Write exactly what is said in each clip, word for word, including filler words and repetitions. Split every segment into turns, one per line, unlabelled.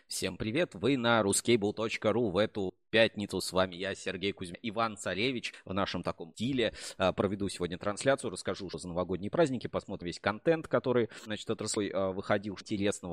Всем привет! Вы на ruskable точка ру. В эту пятницу с вами я, Сергей Кузьмин, Иван Царевич. В нашем таком стиле проведу сегодня трансляцию, расскажу, что за новогодние праздники, посмотрим весь контент, который, значит, отраслой выходил интересного.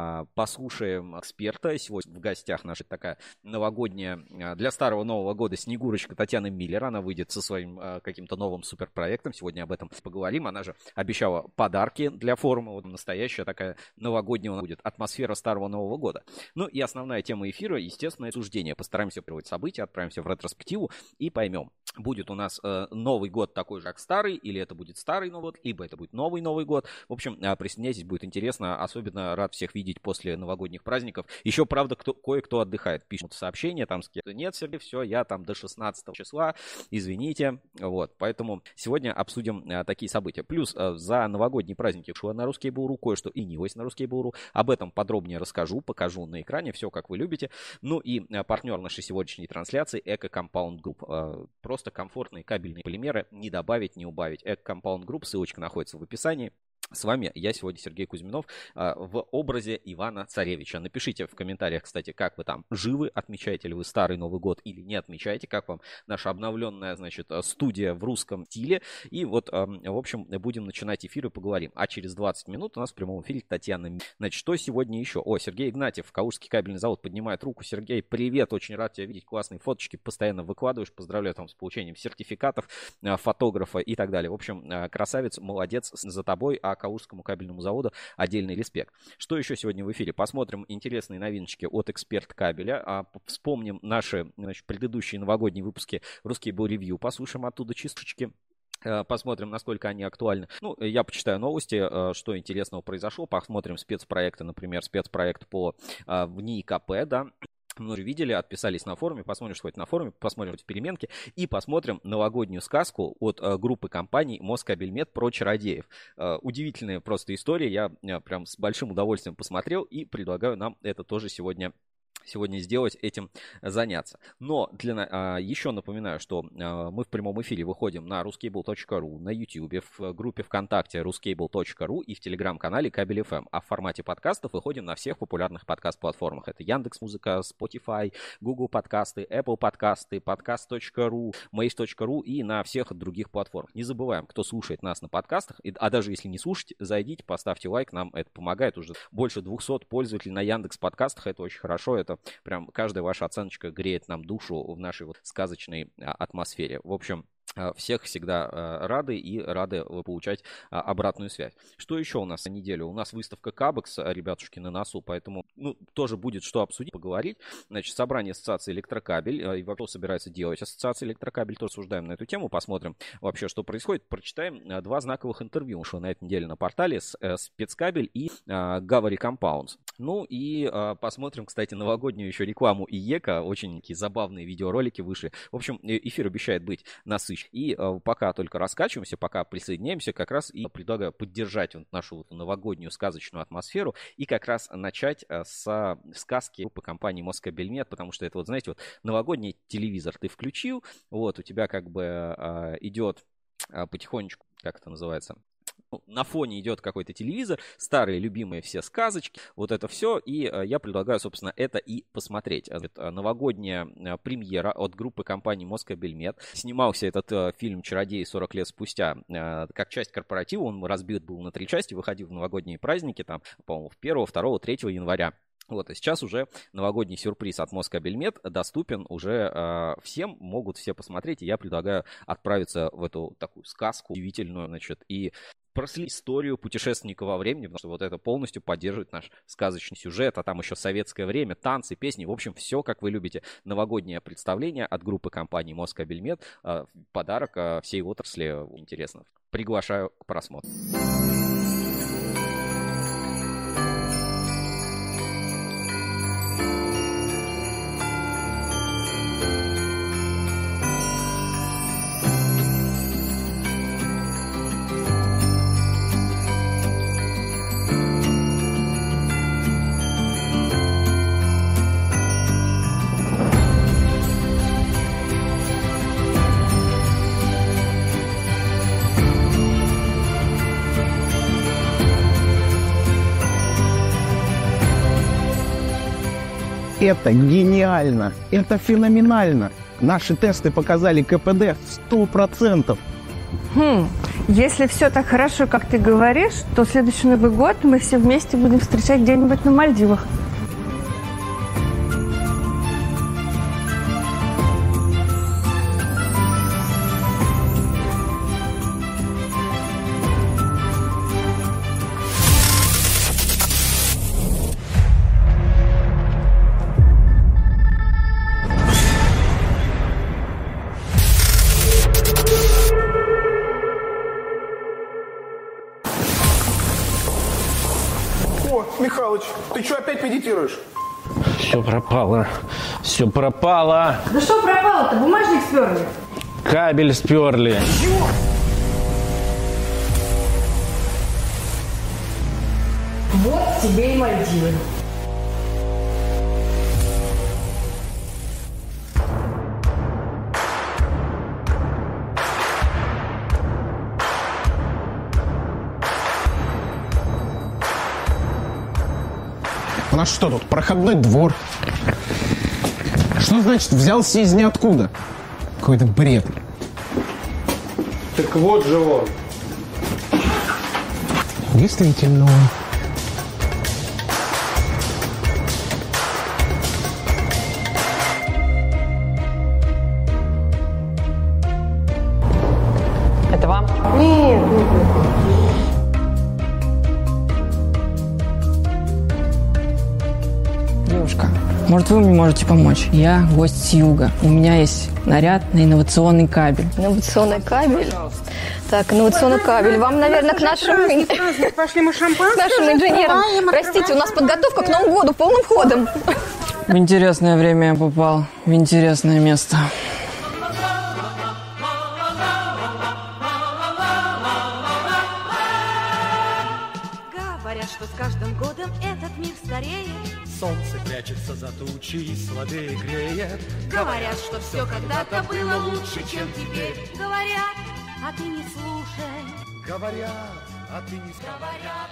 Послушаем эксперта. Сегодня в гостях наша такая новогодняя для старого Нового года Снегурочка Татьяна Миллер. Она выйдет со своим каким-то новым суперпроектом. Сегодня об этом поговорим. Она же обещала подарки для форума. Вот настоящая такая новогодняя будет атмосфера старого Нового года. Ну и основная тема эфира, естественно, обсуждение. Постараемся проводить события, отправимся в ретроспективу и поймем, будет у нас э, Новый год такой же, как старый, или это будет старый Новый год, либо это будет новый Новый год. В общем, э, присоединяйтесь, будет интересно. Особенно рад всех видеть после новогодних праздников. Еще, правда, кто, кое-кто отдыхает. Пишут сообщения, там скидывают. Нет, Сергей, все, я там до шестнадцатого числа, извините. Вот, поэтому сегодня обсудим э, такие события. Плюс э, за новогодние праздники шла на ruskable точка ру, кое-что и не на ruskable точка ру. Об этом подробнее расскажу, покажу на экране, все как вы любите. Ну и партнер нашей сегодняшней трансляции Eco Compound Group. Просто комфортные кабельные полимеры, не добавить, не убавить. Eco Compound Group, ссылочка находится в описании. С вами я сегодня, Сергей Кузьминов, в образе Ивана Царевича. Напишите в комментариях, кстати, как вы там живы, отмечаете ли вы старый Новый год или не отмечаете, как вам наша обновленная, значит, студия в русском стиле. И вот, в общем, будем начинать эфир и поговорим. А через двадцать минут у нас в прямом эфире Татьяна. Значит, что сегодня еще? О, Сергей Игнатьев, Калужский кабельный завод, поднимает руку. Сергей, привет, очень рад тебя видеть, классные фоточки постоянно выкладываешь. Поздравляю там с получением сертификатов, фотографа и так далее. В общем, красавец, молодец, за тобой, а Калужскому кабельному заводу отдельный респект. Что еще сегодня в эфире? Посмотрим интересные новиночки от Эксперт Кабеля. А вспомним наши, значит, предыдущие новогодние выпуски ruskable ревью. Послушаем оттуда чисточки. Посмотрим, насколько они актуальны. Ну, я почитаю новости, что интересного произошло. Посмотрим спецпроекты, например, спецпроект по в НИИ-КП, да. Мы уже видели, отписались на форуме, посмотрим, что это на форуме, посмотрим в переменке и посмотрим новогоднюю сказку от э, группы компаний Москабельмет про чародеев. Э, удивительная просто история, я, я прям с большим удовольствием посмотрел и предлагаю нам это тоже сегодня Сегодня сделать, этим заняться. Но для, а, еще напоминаю, что а, мы в прямом эфире выходим на ruskable точка ру, на YouTube, в группе ВКонтакте ruskable точка ру и в телеграм-канале Кабель эф эм. А в формате подкастов выходим на всех популярных подкаст-платформах. Это Яндекс.Музыка, Spotify, Google подкасты, Apple подкасты, подкаст точка ру, мейс точка ру и на всех других платформах. Не забываем, кто слушает нас на подкастах, а даже если не слушаете, зайдите, поставьте лайк, нам это помогает. Уже больше двухсот пользователей на Яндекс подкастах, это очень хорошо, это прям каждая ваша оценочка греет нам душу в нашей вот сказочной атмосфере. В общем, всех всегда рады и рады получать обратную связь. Что еще у нас на неделю? У нас выставка Кабекс, ребятушки, на носу, поэтому ну, тоже будет что обсудить, поговорить. Значит, собрание ассоциации Электрокабель. И вообще собирается делать ассоциация Электрокабель. Тоже обсуждаем на эту тему, посмотрим вообще, что происходит. Прочитаем два знаковых интервью, что на этой неделе на портале с Спецкабель и Гавари Compounds. Ну и посмотрим, кстати, новогоднюю еще рекламу ИЕКа. Очень такие забавные видеоролики вышли. В общем, эфир обещает быть насыщенным. И э, пока только раскачиваемся, пока присоединяемся, как раз и предлагаю поддержать вот нашу вот новогоднюю сказочную атмосферу и как раз начать э, с сказки группы компании Москабельмет, потому что это вот, знаете, вот новогодний телевизор ты включил, вот у тебя как бы э, идет э, потихонечку, как это называется, на фоне идет какой-то телевизор, старые любимые все сказочки, вот это все, и э, я предлагаю, собственно, это и посмотреть. Это новогодняя э, премьера от группы компании Москабельмет. Снимался этот э, фильм «Чародеи сорок лет спустя» э, как часть корпоратива, он разбит был на три части, выходил в новогодние праздники, там, по-моему, в первого, второго, третьего января. Вот, и сейчас уже новогодний сюрприз от Москабельмет доступен уже э, всем, могут все посмотреть, и я предлагаю отправиться в эту такую сказку удивительную, значит, и проследить историю путешественника во времени, потому что вот это полностью поддерживает наш сказочный сюжет, а там еще советское время, танцы, песни, в общем, все, как вы любите. Новогоднее представление от группы компании Москабельмет, э, подарок э, всей отрасли, интересно. Приглашаю к просмотру.
Это гениально! Это феноменально! Наши тесты показали ка пэ дэ сто процентов.
Хм, если все так хорошо, как ты говоришь, то следующий Новый год мы все вместе будем встречать где-нибудь на Мальдивах.
Михалыч, ты что, опять медитируешь?
Все пропало. Все пропало.
Да что пропало-то? Бумажник сперли.
Кабель сперли.
Чего?
Вот тебе и Мальдивы.
У нас что тут, проходной двор? Что значит взялся из ниоткуда? Какой-то бред.
Так вот же он.
Действительно он.
Это вам? Нет, нет, нет.
Девушка, может, вы мне можете помочь? Я гость с юга. У меня есть наряд на инновационный кабель.
Инновационный кабель? Так, инновационный кабель. Вам, наверное, к нашим,
Пошли мы шампанское.
нашим инженерам. Простите, у нас подготовка к Новому году полным ходом.
В интересное время я попал. В интересное место.
Говорят, что с каждым годом этот мир стареет.
Солнце прячется за тучи и слабее греет.
Говорят, что все когда-то было лучше, чем теперь. Говорят, а ты не слушай.
Говорят, а ты не говорят.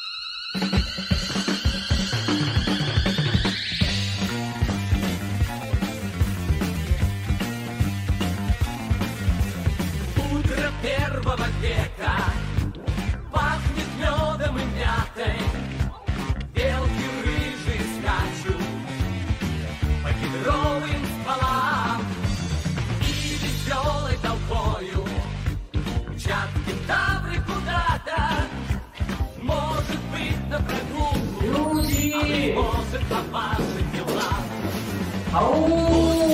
Утро первого века пахнет медом и мятой. Белки рыжие скачут по кедровым стволам, и веселой толпою мчат кентавры куда-то. Может быть, на прогулку, люди, а может, по вашим делам.
Ау!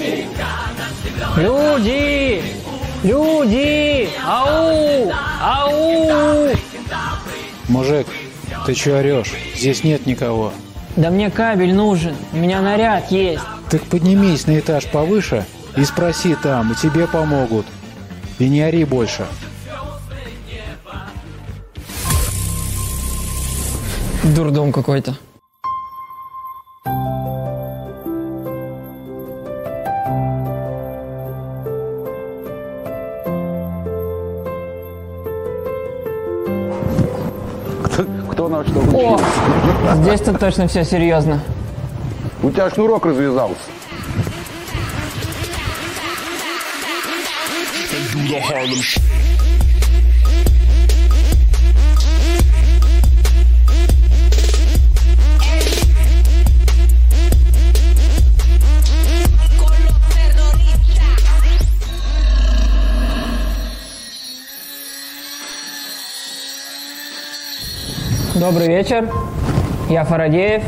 Люди! Люди! Ау! Ау!
Мужик, ты че орешь? Здесь нет никого.
Да мне кабель нужен. У меня наряд есть.
Так поднимись на этаж повыше и спроси там, и тебе помогут. И не ори больше.
Дурдом какой-то.
Кто на что учился?
О, здесь-то точно все серьезно.
У тебя шнурок развязался.
Добрый вечер. Я Фарадеев.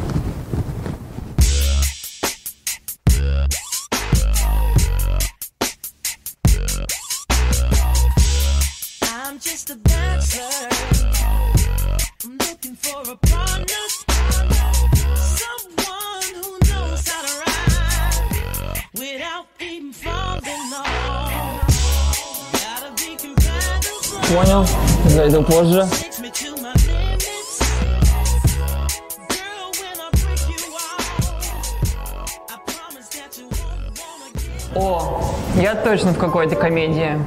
Понял. Зайду позже. О, я точно в какой-то комедии.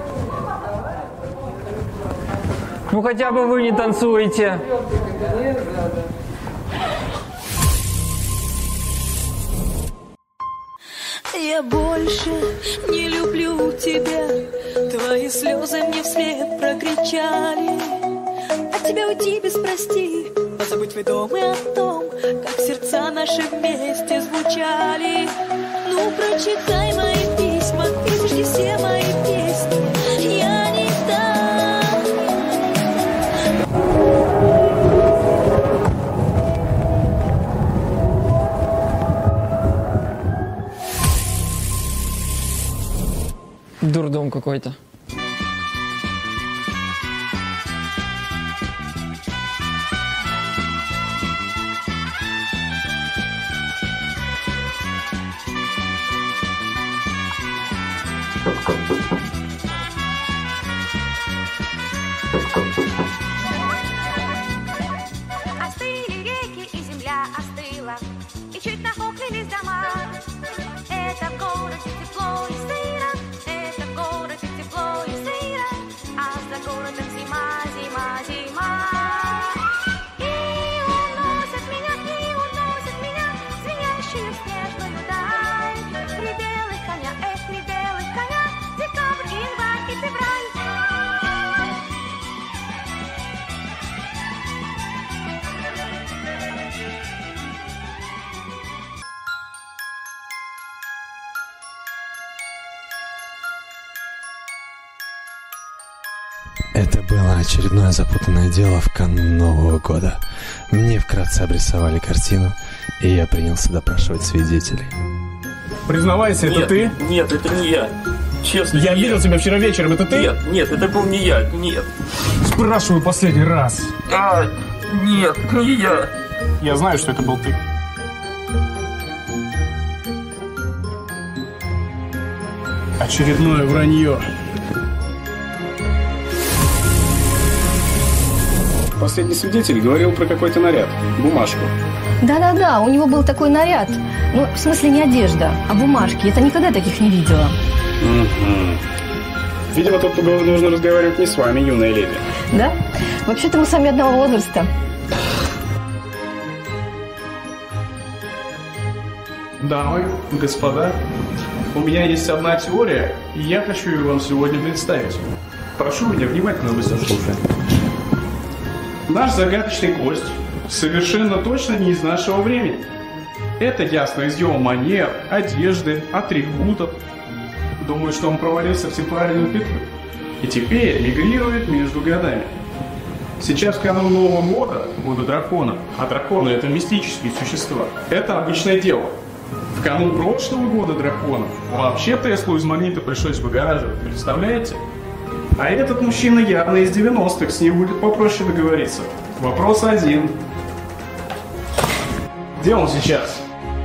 Ну хотя бы вы не танцуете.
Я больше не люблю тебя. Твои слезы мне вслед прокричали. От тебя уйти без прости, позабыть твой дом и о том, как сердца наши вместе звучали. Ну, прочитай мои письма и слушай все мои песни. Я не дам.
Дурдом какой-то.
Остыли реки, и земля остыла, и чуть нахохлились дома. Это в городе тепло и сыро, это в городе тепло и сыро, а за городом зима, зима, зима. И уносят меня, и уносят меня, звенящую снежную даль. Пределы коня, эх, пределы коня, декабрь, январь и февраль.
Это было очередное запутанное дело в канун Нового года. Мне вкратце обрисовали картину, и я принялся допрашивать свидетелей.
Признавайся, это
нет,
ты?
Нет, это не я. Честно.
Я
не
видел
я.
тебя вчера вечером, это ты?
Нет, нет, это был не я, нет.
Спрашиваю последний раз.
А, нет, не я.
Я знаю, что это был ты. Очередное вранье. Последний свидетель говорил про какой-то наряд, бумажку.
Да-да-да, у него был такой наряд. Ну, в смысле не одежда, а бумажки. Я-то никогда таких не видела.
Угу. Видимо, тут нужно разговаривать не с вами, юная леди.
Да? Вообще-то мы сами одного возраста.
Дамы, господа, у меня есть одна теория, и я хочу ее вам сегодня представить. Прошу меня внимательно выслушать. Наш загадочный гость совершенно точно не из нашего времени. Это ясно из его манер, одежды, атрибутов. Думаю, что он провалился в темпоральную петлю и теперь мигрирует между годами. Сейчас в канун Нового года года дракона, а драконы — это мистические существа. Это обычное дело. В канун прошлого года драконов вообще Теслу из магнита пришлось выгораживать, представляете? А этот мужчина явно из девяностых, с ним будет попроще договориться. Вопрос один. Где он сейчас?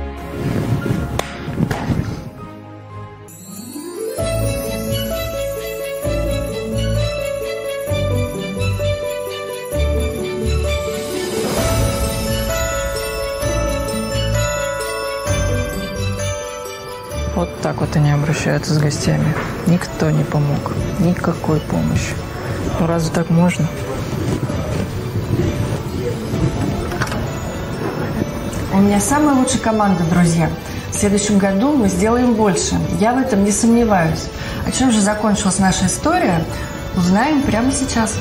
Вот так вот они обращаются с гостями. Никто не помог. Никакой помощи. Ну разве так можно?
У меня самая лучшая команда, друзья. В следующем году мы сделаем больше. Я в этом не сомневаюсь. А чем же закончилась наша история, узнаем прямо сейчас.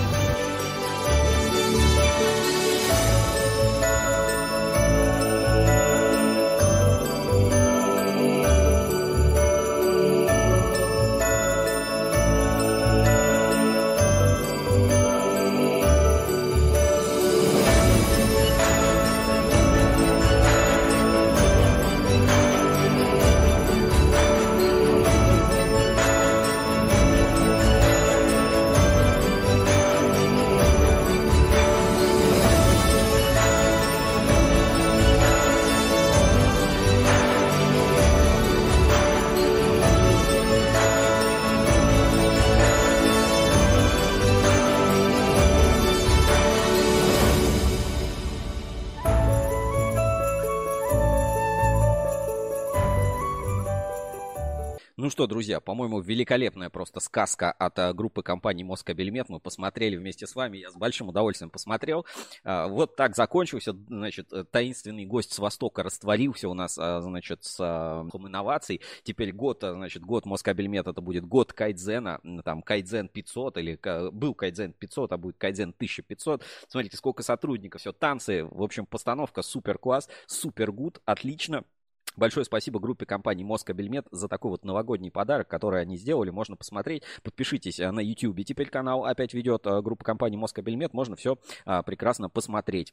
Ну что, друзья, по-моему, великолепная просто сказка от а, группы компании Москабельмет. Мы посмотрели вместе с вами, я с большим удовольствием посмотрел. А, вот так закончился, значит, таинственный гость с Востока растворился у нас, а, значит, с а, инноваций. Теперь год, а, значит, год Москабельмет, это будет год Кайдзена, там, Кайдзен пятьсот, или был Кайдзен пятьсот, а будет Кайдзен тысяча пятьсот. Смотрите, сколько сотрудников, все, танцы, в общем, постановка супер класс, супер гуд, отлично. Большое спасибо группе компании Москабельмет за такой вот новогодний подарок, который они сделали. Можно посмотреть. Подпишитесь на YouTube. Теперь канал опять ведет группа компании Москабельмет. Можно все а, прекрасно посмотреть.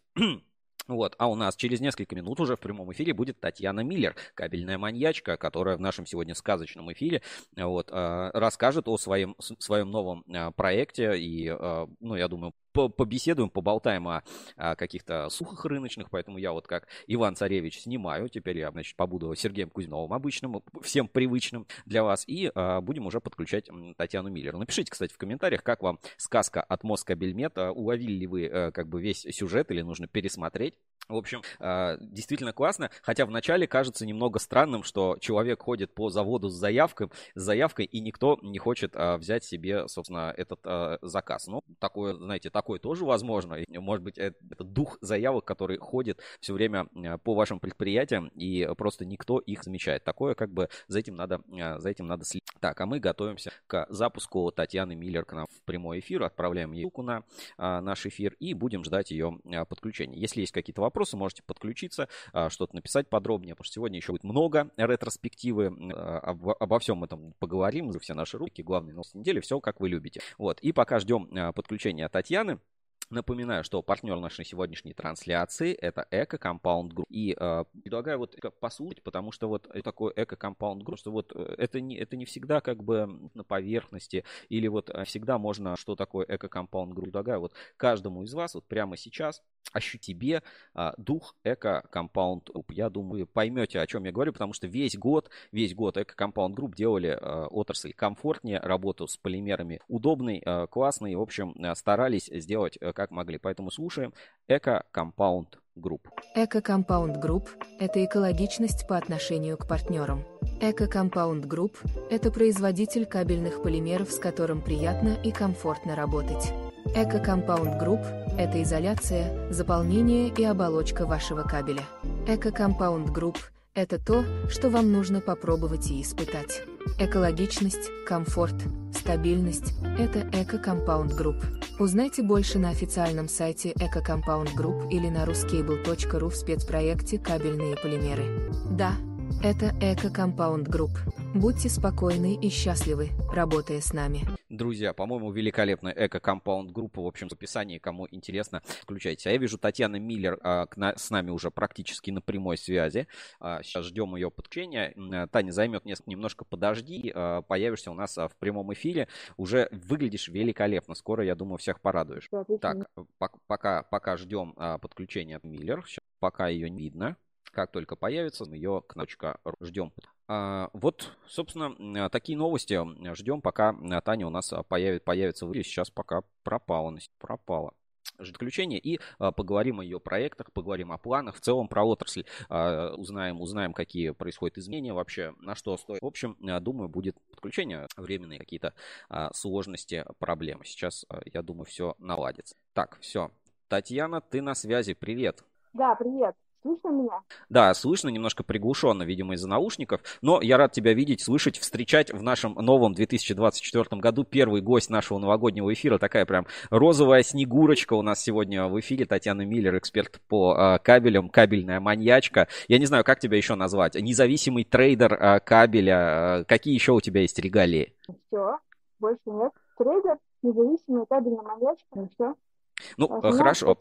Вот, а у нас через несколько минут уже в прямом эфире будет Татьяна Миллер, кабельная маньячка, которая в нашем сегодня сказочном эфире вот, э, расскажет о своем, своем новом э, проекте. И, э, ну, я думаю, побеседуем, поболтаем о, о каких-то сухах рыночных. Поэтому я вот как Иван Царевич снимаю. Теперь я, значит, побуду Сергеем Кузьминовым обычным, всем привычным для вас. И э, будем уже подключать Татьяну Миллер. Напишите, кстати, в комментариях, как вам сказка от Москабельмет. Уловили ли вы э, как бы весь сюжет или нужно пересмотреть? В общем, действительно классно, хотя вначале кажется немного странным, что человек ходит по заводу с заявкой, с заявкой и никто не хочет взять себе, собственно, этот заказ. Ну, такое, знаете, такое тоже возможно. Может быть, это дух заявок, который ходит все время по вашим предприятиям, и просто никто их замечает. Такое, как бы, за этим надо, за этим надо следить. Так, а мы готовимся к запуску Татьяны Миллер к нам в прямой эфир, отправляем ей ссылку на наш эфир и будем ждать ее подключения. Если есть какие-то вопросы, можете подключиться, что-то написать подробнее, потому что сегодня еще будет много ретроспективы, обо, обо всем этом поговорим, за все наши руки, главные новости недели, все как вы любите. Вот, и пока ждем подключения Татьяны. Напоминаю, что партнер нашей сегодняшней трансляции — это Эко Компаунд Групп. И э, предлагаю вот послушать, потому что вот такое Эко Компаунд Групп, что вот это не, это не всегда как бы на поверхности, или вот всегда можно, что такое Эко Компаунд Групп. Предлагаю вот каждому из вас вот прямо сейчас ощутить себе э, дух Эко Компаунд Групп. Я думаю, вы поймете, о чем я говорю, потому что весь год, весь год Эко Компаунд Групп делали э, отрасль комфортнее, работу с полимерами удобной, э, классной. В общем, э, старались сделать э, как могли. Поэтому слушаем Эко Компаунд Групп.
Эко Компаунд Групп – это экологичность по отношению к партнерам. Эко Компаунд Групп – это производитель кабельных полимеров, с которым приятно и комфортно работать. Эко Компаунд Групп – это изоляция, заполнение и оболочка вашего кабеля. Эко Компаунд Групп – это то, что вам нужно попробовать и испытать. Экологичность, комфорт, стабильность – это Эко Компаунд Групп. Узнайте больше на официальном сайте Эко Компаунд Групп или на ruskable точка ру в спецпроекте «Кабельные полимеры». Да, это Эко Компаунд Групп. Будьте спокойны и счастливы, работая с нами.
Друзья, по-моему, великолепная Эко Компаунд Группа. В общем, в описании, кому интересно, включайте. А я вижу, Татьяна Миллер а, к на, с нами уже практически на прямой связи. А, сейчас ждем ее подключения. Таня, займет несколько, немножко подожди. А, появишься у нас а, в прямом эфире. Уже выглядишь великолепно. Скоро, я думаю, всех порадуешь. Так, по- пока, пока ждем а, подключения Миллер. Сейчас, пока ее не видно. Как только появится, мы ее кнопочка ждем. А, вот, собственно, такие новости ждем, пока Таня у нас появит, появится в эфире. Сейчас пока пропала. Пропала. Ждем включения и а, поговорим о ее проектах, поговорим о планах, в целом про отрасль. А, узнаем, узнаем, какие происходят изменения вообще, на что стоит. В общем, а, думаю, будет подключение, временные какие-то а, сложности, проблемы. Сейчас, а, я думаю, все наладится. Так, все. Татьяна, ты на связи. Привет.
Да, привет. Слышно меня?
Да, слышно, немножко приглушенно, видимо, из-за наушников. Но я рад тебя видеть, слышать, встречать в нашем новом две тысячи двадцать четвёртом году. Первый гость нашего новогоднего эфира. Такая прям розовая снегурочка у нас сегодня в эфире. Татьяна Миллер, эксперт по э, кабелям, кабельная маньячка. Я не знаю, как тебя еще назвать. Независимый трейдер э, кабеля. Э, какие еще у тебя есть регалии?
Все, больше нет. Трейдер, независимый кабельная маньячка, и все.
Ну, а, хорошо.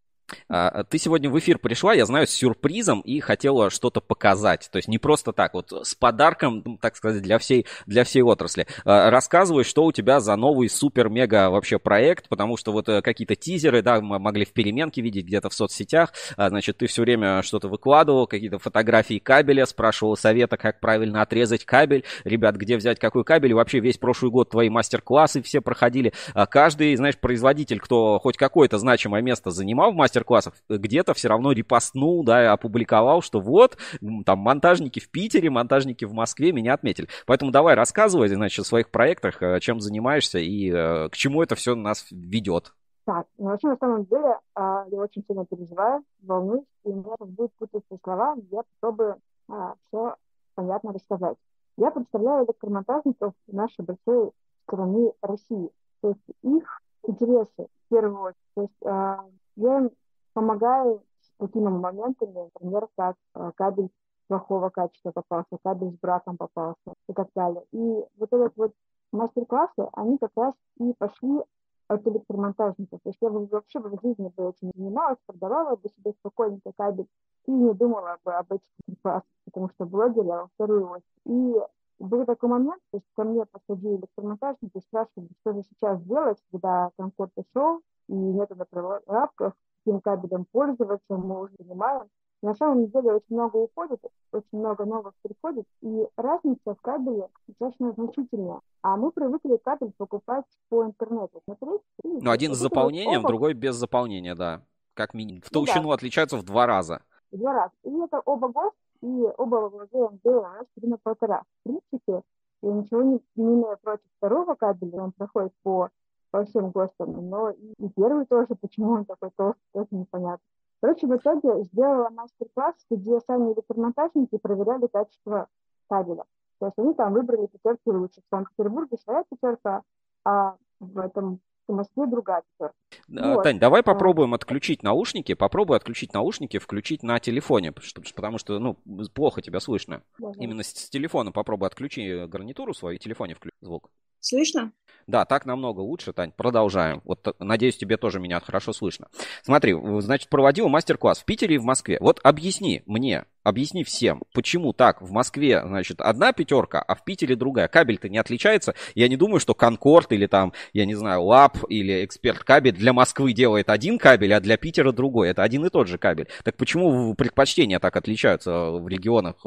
Ты сегодня в эфир пришла, я знаю, с сюрпризом и хотела что-то показать. То есть не просто так, вот с подарком, так сказать, для всей, для всей отрасли. Рассказывай, что у тебя за новый супер-мега вообще проект, потому что вот какие-то тизеры, да, мы могли в переменке видеть где-то в соцсетях. Значит, ты все время что-то выкладывал, какие-то фотографии кабеля, спрашивал совета, как правильно отрезать кабель. Ребят, где взять какой кабель? И вообще весь прошлый год твои мастер-классы все проходили. Каждый, знаешь, производитель, кто хоть какое-то значимое место занимал в мастер мастер-классах, где-то все равно репостнул, да, опубликовал, что вот, там, монтажники в Питере, монтажники в Москве меня отметили. Поэтому давай рассказывай, значит, в своих проектах, чем занимаешься и к чему это все нас ведет.
Так, ну вообще на самом деле а, я очень сильно переживаю, волнуюсь, и у меня сейчас будет путаться слова, я попробую а, все понятно рассказать. Я представляю электромонтажников нашей большой страны России, то есть их интересы в первую очередь. То есть а, я им помогаю с такими моментами, например, как а, кабель плохого качества попался, кабель с браком попался и так далее. И вот этот вот мастер-классы, они как раз и пошли от электромонтажников. То есть я бы вообще бы в жизни бы этим не занималась, продавала бы себе спокойненько кабель и не думала бы об этих классах, потому что блогер я во вторую очередь. И был такой момент, то есть ко мне подходили электромонтажники и спрашивали, что же сейчас делать, когда Конкорд ушел, и нету на прилавках, каким кабелем пользоваться, мы уже занимаем. На самом деле очень много уходит, очень много новых приходит, и разница в кабеле достаточно значительная. А мы привыкли кабель покупать по интернету. Смотреть,
ну, один с заполнением, оба... другой без заполнения, да. Как минимум. В толщину ну, да. отличаются в два раза.
В два раза. И это оба ГОСТ, и оба владеем ди эл эс три на полтора. В принципе, я ничего не, не имею против второго кабеля, он проходит по, по всем ГОСТам, но и, и первый тоже, почему он такой толстый, тоже непонятно. Короче, в итоге сделала мастер-класс, где сами электромонтажники проверяли качество кабеля. То есть они там выбрали пятерки лучше. В Санкт-Петербурге своя пятерка, а в этом в Москве другая пятерка.
Вот. Тань, давай попробуем отключить наушники. Попробуй отключить наушники, включить на телефоне, потому что, ну, плохо тебя слышно. Да, именно с, с телефона попробуй отключи гарнитуру свою и в телефоне включи звук.
Слышно?
Да, так намного лучше, Тань. Продолжаем. Вот, надеюсь, тебе тоже меня хорошо слышно. Смотри, значит, проводил мастер-класс в Питере и в Москве. Вот объясни мне, объясни всем, почему так в Москве, значит, одна пятерка, а в Питере другая. Кабель-то не отличается. Я не думаю, что Конкорд или там, я не знаю, Лаб или Эксперт Кабель для Москвы делает один кабель, а для Питера другой. Это один и тот же кабель. Так почему предпочтения так отличаются в регионах,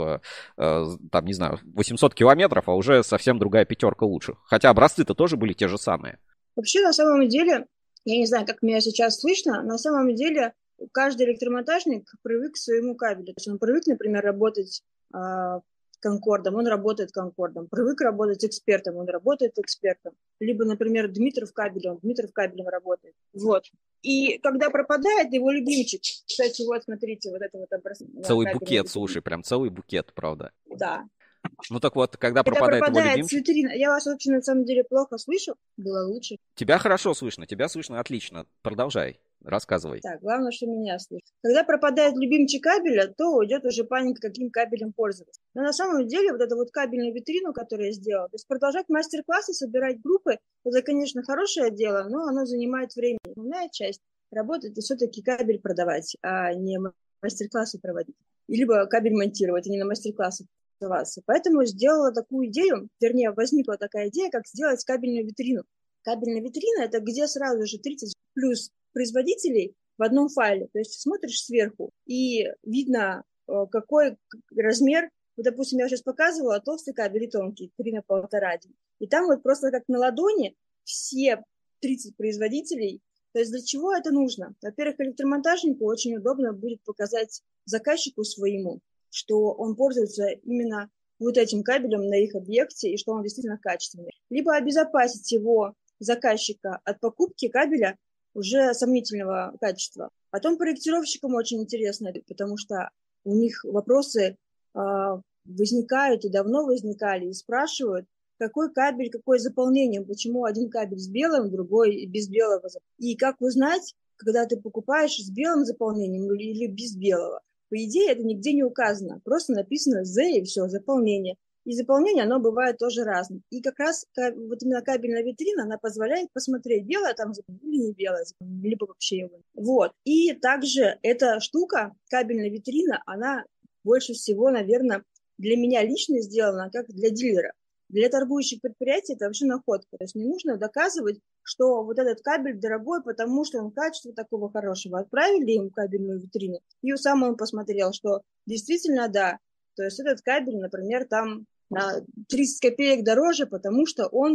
там, не знаю, восемьсот километров, а уже совсем другая пятерка лучше? Хотя образцы-то тоже были те же самые.
Вообще, на самом деле, я не знаю, как меня сейчас слышно, на самом деле каждый электромонтажник привык к своему кабелю. То есть он привык, например, работать э, Конкордом, он работает Конкордом. Привык работать экспертом, он работает экспертом. Либо, например, Дмитров кабелем, он Дмитров кабелем работает. Вот. И когда пропадает его любимчик, кстати, вот, смотрите, вот это вот образец.
Целый букет, слушай, прям целый букет, правда.
Да.
Ну так вот, когда пропадает,
пропадает
его любимчик...
витрина. Я вас очень, на самом деле, плохо слышу. Было лучше.
Тебя хорошо слышно, тебя слышно отлично. Продолжай, рассказывай.
Так, главное, что меня слышно. Когда пропадает любимчик кабеля, то уйдет уже паника, каким кабелем пользоваться. Но на самом деле вот эту вот кабельную витрину, которую я сделала, то есть продолжать мастер-классы, собирать группы, это, конечно, хорошее дело, но оно занимает время. Основная часть работы – это все-таки кабель продавать, а не мастер-классы проводить. Либо кабель монтировать, а не на мастер-классах. Поэтому сделала такую идею, вернее, возникла такая идея, как сделать кабельную витрину. Кабельная витрина – это где сразу же тридцать плюс производителей в одном файле. То есть смотришь сверху, и видно, какой размер. Вот, допустим, я сейчас показывала толстый кабель и тонкий, три на полтора. И там вот просто как на ладони все тридцать производителей. То есть для чего это нужно? Во-первых, электромонтажнику очень удобно будет показать заказчику своему, что он пользуется именно вот этим кабелем на их объекте и что он действительно качественный. Либо обезопасить его заказчика от покупки кабеля уже сомнительного качества. Потом проектировщикам очень интересно, потому что у них вопросы э, возникают и давно возникали, и спрашивают, какой кабель, какое заполнение, почему один кабель с белым, другой без белого. И как узнать, когда ты покупаешь с белым заполнением или без белого. По идее, это нигде не указано. Просто написано «Z» и все, заполнение. И заполнение, оно бывает тоже разным. И как раз вот именно кабельная витрина, она позволяет посмотреть, белое там или не белое, либо вообще его. Вот. И также эта штука, кабельная витрина, она больше всего, наверное, для меня лично сделана как для дилера. Для торгующих предприятий это вообще находка. То есть не нужно доказывать, что вот этот кабель дорогой, потому что он качество такого хорошего. Отправили ему кабельную витрину, и сам он посмотрел, что действительно да. То есть этот кабель, например, там на тридцать копеек дороже, потому что он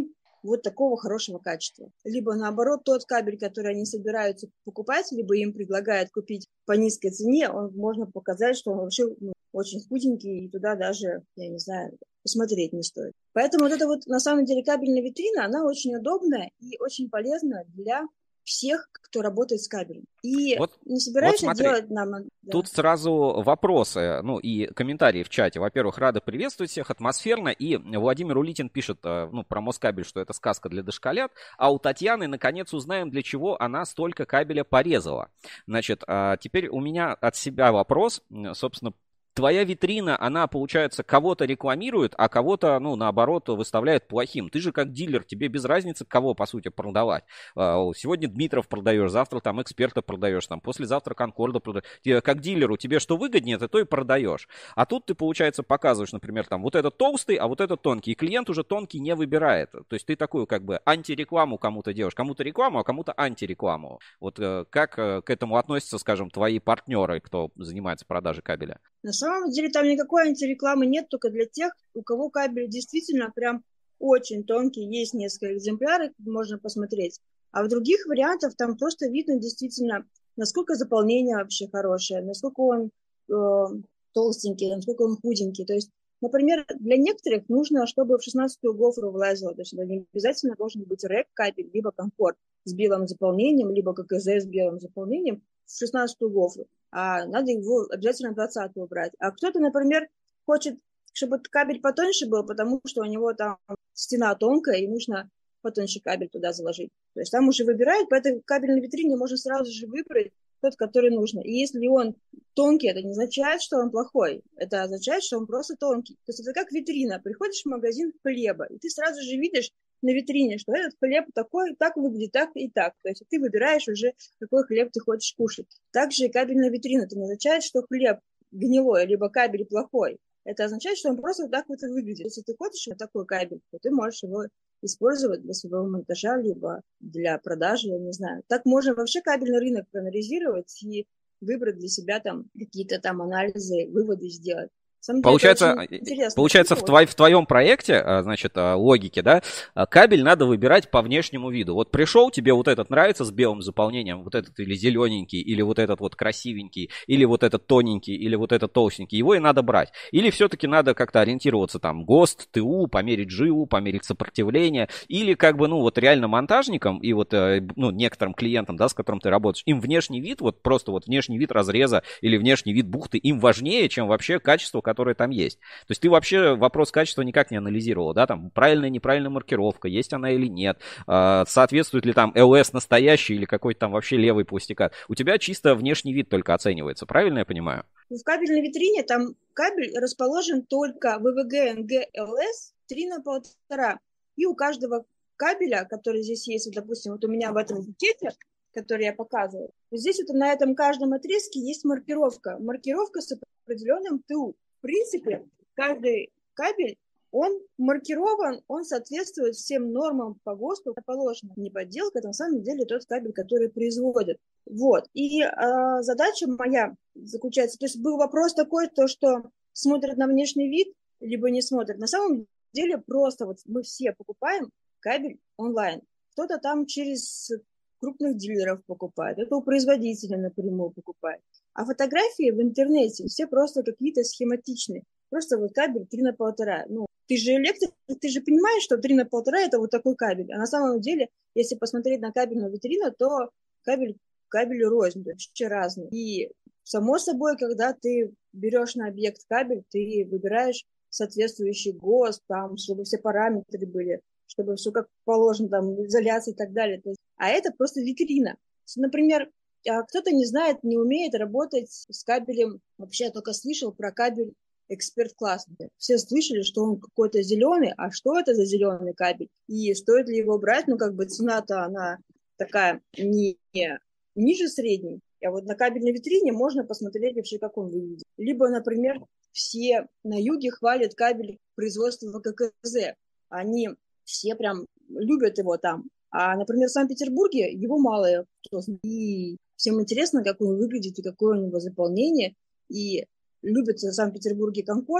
вот такого хорошего качества. Либо наоборот, тот кабель, который они собираются покупать, либо им предлагают купить по низкой цене, он можно показать, что он вообще ну, очень худенький, и туда даже, я не знаю, посмотреть не стоит. Поэтому вот эта вот, на самом деле, кабельная витрина, она очень удобная и очень полезна для всех, кто работает с кабелем. И
вот,
не собираешься
вот
делать нам... Да.
Тут сразу вопросы, ну и комментарии в чате. Во-первых, рада приветствовать всех, атмосферно. И Владимир Улитин пишет, ну, про Москабель, что это сказка для дошколят. А у Татьяны, наконец, узнаем, для чего она столько кабеля порезала. Значит, теперь у меня от себя вопрос, собственно, твоя витрина, она, получается, кого-то рекламирует, а кого-то, ну, наоборот, выставляет плохим. Ты же как дилер, тебе без разницы, кого, по сути, продавать. Сегодня Дмитров продаешь, завтра там эксперта продаешь, там, послезавтра Конкорда продаешь. Как дилеру тебе что выгоднее, ты то и продаешь. А тут ты, получается, показываешь, например, там, вот этот толстый, а вот этот тонкий. И клиент уже тонкий не выбирает. То есть ты такую, как бы, антирекламу кому-то делаешь. Кому-то рекламу, а кому-то антирекламу. Вот как к этому относятся, скажем, твои партнеры, кто занимается продажей кабеля?
На самом деле там никакой антирекламы нет, только для тех, у кого кабель действительно прям очень тонкий, есть несколько экземпляров, можно посмотреть. А в других вариантах там просто видно действительно, насколько заполнение вообще хорошее, насколько он э, толстенький, насколько он худенький. То есть, например, для некоторых нужно, чтобы в шестнадцатую гофру влазило, то есть это не обязательно должен быть рэк кабель, либо комфорт с белым заполнением, либо ККЗ с белым заполнением в шестнадцатую гофру. А надо его обязательно двадцатую брать. А кто-то, например, хочет, чтобы кабель потоньше был, потому что у него там стена тонкая, и нужно потоньше кабель туда заложить. То есть там уже выбирают, по этой кабельной витрине можно сразу же выбрать тот, который нужно. И если он тонкий, это не означает, что он плохой. Это означает, что он просто тонкий. То есть это как витрина. Приходишь в магазин хлеба, и ты сразу же видишь на витрине, что этот хлеб такой, так выглядит, так и так. То есть ты выбираешь уже, какой хлеб ты хочешь кушать. Также и кабельная витрина. Это не означает, что хлеб гнилой, либо кабель плохой. Это означает, что он просто вот так вот и выглядит. Если ты хочешь вот такой кабель, то ты можешь его использовать для своего монтажа, либо для продажи, я не знаю. Так можно вообще кабельный рынок проанализировать и выбрать для себя там какие-то там анализы, выводы сделать.
Получается, получается в, твой, в твоем проекте, значит, логике, да, кабель надо выбирать по внешнему виду. Вот пришел, тебе вот этот нравится с белым заполнением, вот этот или зелененький, или вот этот вот красивенький, или вот этот тоненький, или вот этот толстенький, его и надо брать. Или все-таки надо как-то ориентироваться там, ГОСТ, ТУ, померить жилу, померить сопротивление, или как бы, ну, вот реально монтажникам и вот, ну, некоторым клиентам, да, с которым ты работаешь, им внешний вид, вот просто вот внешний вид разреза или внешний вид бухты, им важнее, чем вообще качество, которые там есть. То есть ты вообще вопрос качества никак не анализировал, да, там правильная, неправильная маркировка, есть она или нет, соответствует ли там ЛС настоящий или какой-то там вообще левый пластикат. У тебя чисто внешний вид только оценивается, правильно я понимаю?
В кабельной витрине там кабель расположен только вэ вэ гэ эн гэ эл эс три на полтора. И у каждого кабеля, который здесь есть, вот, допустим, вот у меня в этом букете, который я показываю, вот здесь вот на этом каждом отрезке есть маркировка. Маркировка с определенным ТУ. В принципе, каждый кабель, он маркирован, он соответствует всем нормам по ГОСТу, положено. Не подделка, это на самом деле тот кабель, который производят. Вот. И э, задача моя заключается, то есть был вопрос такой, то, что смотрят на внешний вид, либо не смотрят. На самом деле просто вот мы все покупаем кабель онлайн. Кто-то там через крупных дилеров покупает, это у производителя напрямую покупает. А фотографии в интернете все просто какие-то схематичные. Просто вот кабель три на полтора. Ну, ты же электрик, ты же понимаешь, что три на полтора это вот такой кабель. А на самом деле, если посмотреть на кабельную витрину, то кабель, кабель рознь, вообще разный. И само собой, когда ты берешь на объект кабель, ты выбираешь соответствующий ГОСТ, там, чтобы все параметры были, чтобы все как положено, там, изоляция и так далее. А это просто витрина. Например, кто-то не знает, не умеет работать с кабелем. Вообще я только слышал про кабель эксперт-класс. Все слышали, что он какой-то зеленый, а что это за зеленый кабель? И стоит ли его брать? Ну, как бы цена-то она такая не ниже средней. А вот на кабельной витрине можно посмотреть вообще, как он выглядит. Либо, например, все на юге хвалят кабель производства ККЗ. Они все прям любят его там. А, например, в Санкт-Петербурге его мало кто знает. И всем интересно, как он выглядит и какое у него заполнение. И любят в Санкт-Петербурге Конкорд,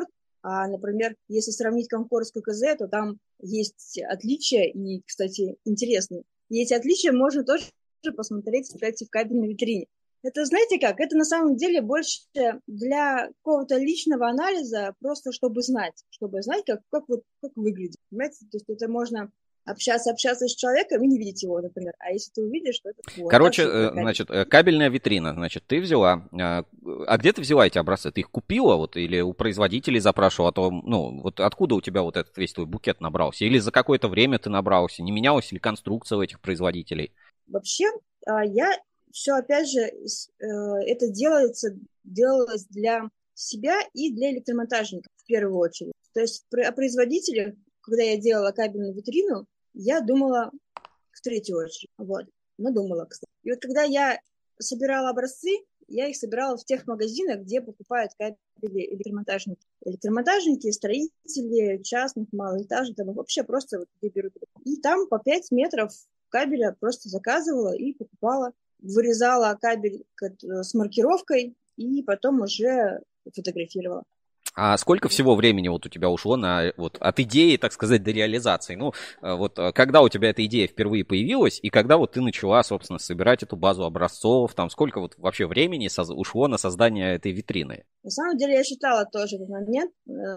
А, например, если сравнить Concord с ка ка зэ, то там есть отличия, и, кстати, интересные. И эти отличия можно тоже посмотреть, кстати, в кабельной витрине. Это, знаете как, это на самом деле больше для какого-то личного анализа, просто чтобы знать, чтобы знать, как, как, вот, как выглядит. Понимаете? То есть это можно общаться, общаться с человеком и не видеть его, например. А если ты увидишь, то это... Вот,
Короче,
так,
значит, кабельная витрина, значит, ты взяла... А где ты взяла эти образцы? Ты их купила вот, или у производителей запрашивала? А то, ну, вот откуда у тебя вот этот весь твой букет набрался? Или за какое-то время ты набрался? Не менялась ли конструкция у этих производителей?
Вообще, я... Все, опять же, это делается, делалось для себя и для электромонтажников в первую очередь. То есть о производителях, когда я делала кабельную витрину, я думала в третью очередь. Вот. Ну, думала, кстати. И вот когда я собирала образцы, я их собирала в тех магазинах, где покупают кабели электромонтажники. Электромонтажники, строители частных, малоэтажных, там вообще просто вот где берут. И там по пять метров кабеля просто заказывала и покупала. Вырезала кабель с маркировкой и потом уже фотографировала.
А сколько всего времени вот у тебя ушло на, вот, от идеи, так сказать, до реализации? Ну, вот когда у тебя эта идея впервые появилась, и когда вот ты начала, собственно, собирать эту базу образцов, там сколько вот вообще времени ушло на создание этой витрины?
На самом деле я считала тоже этот момент.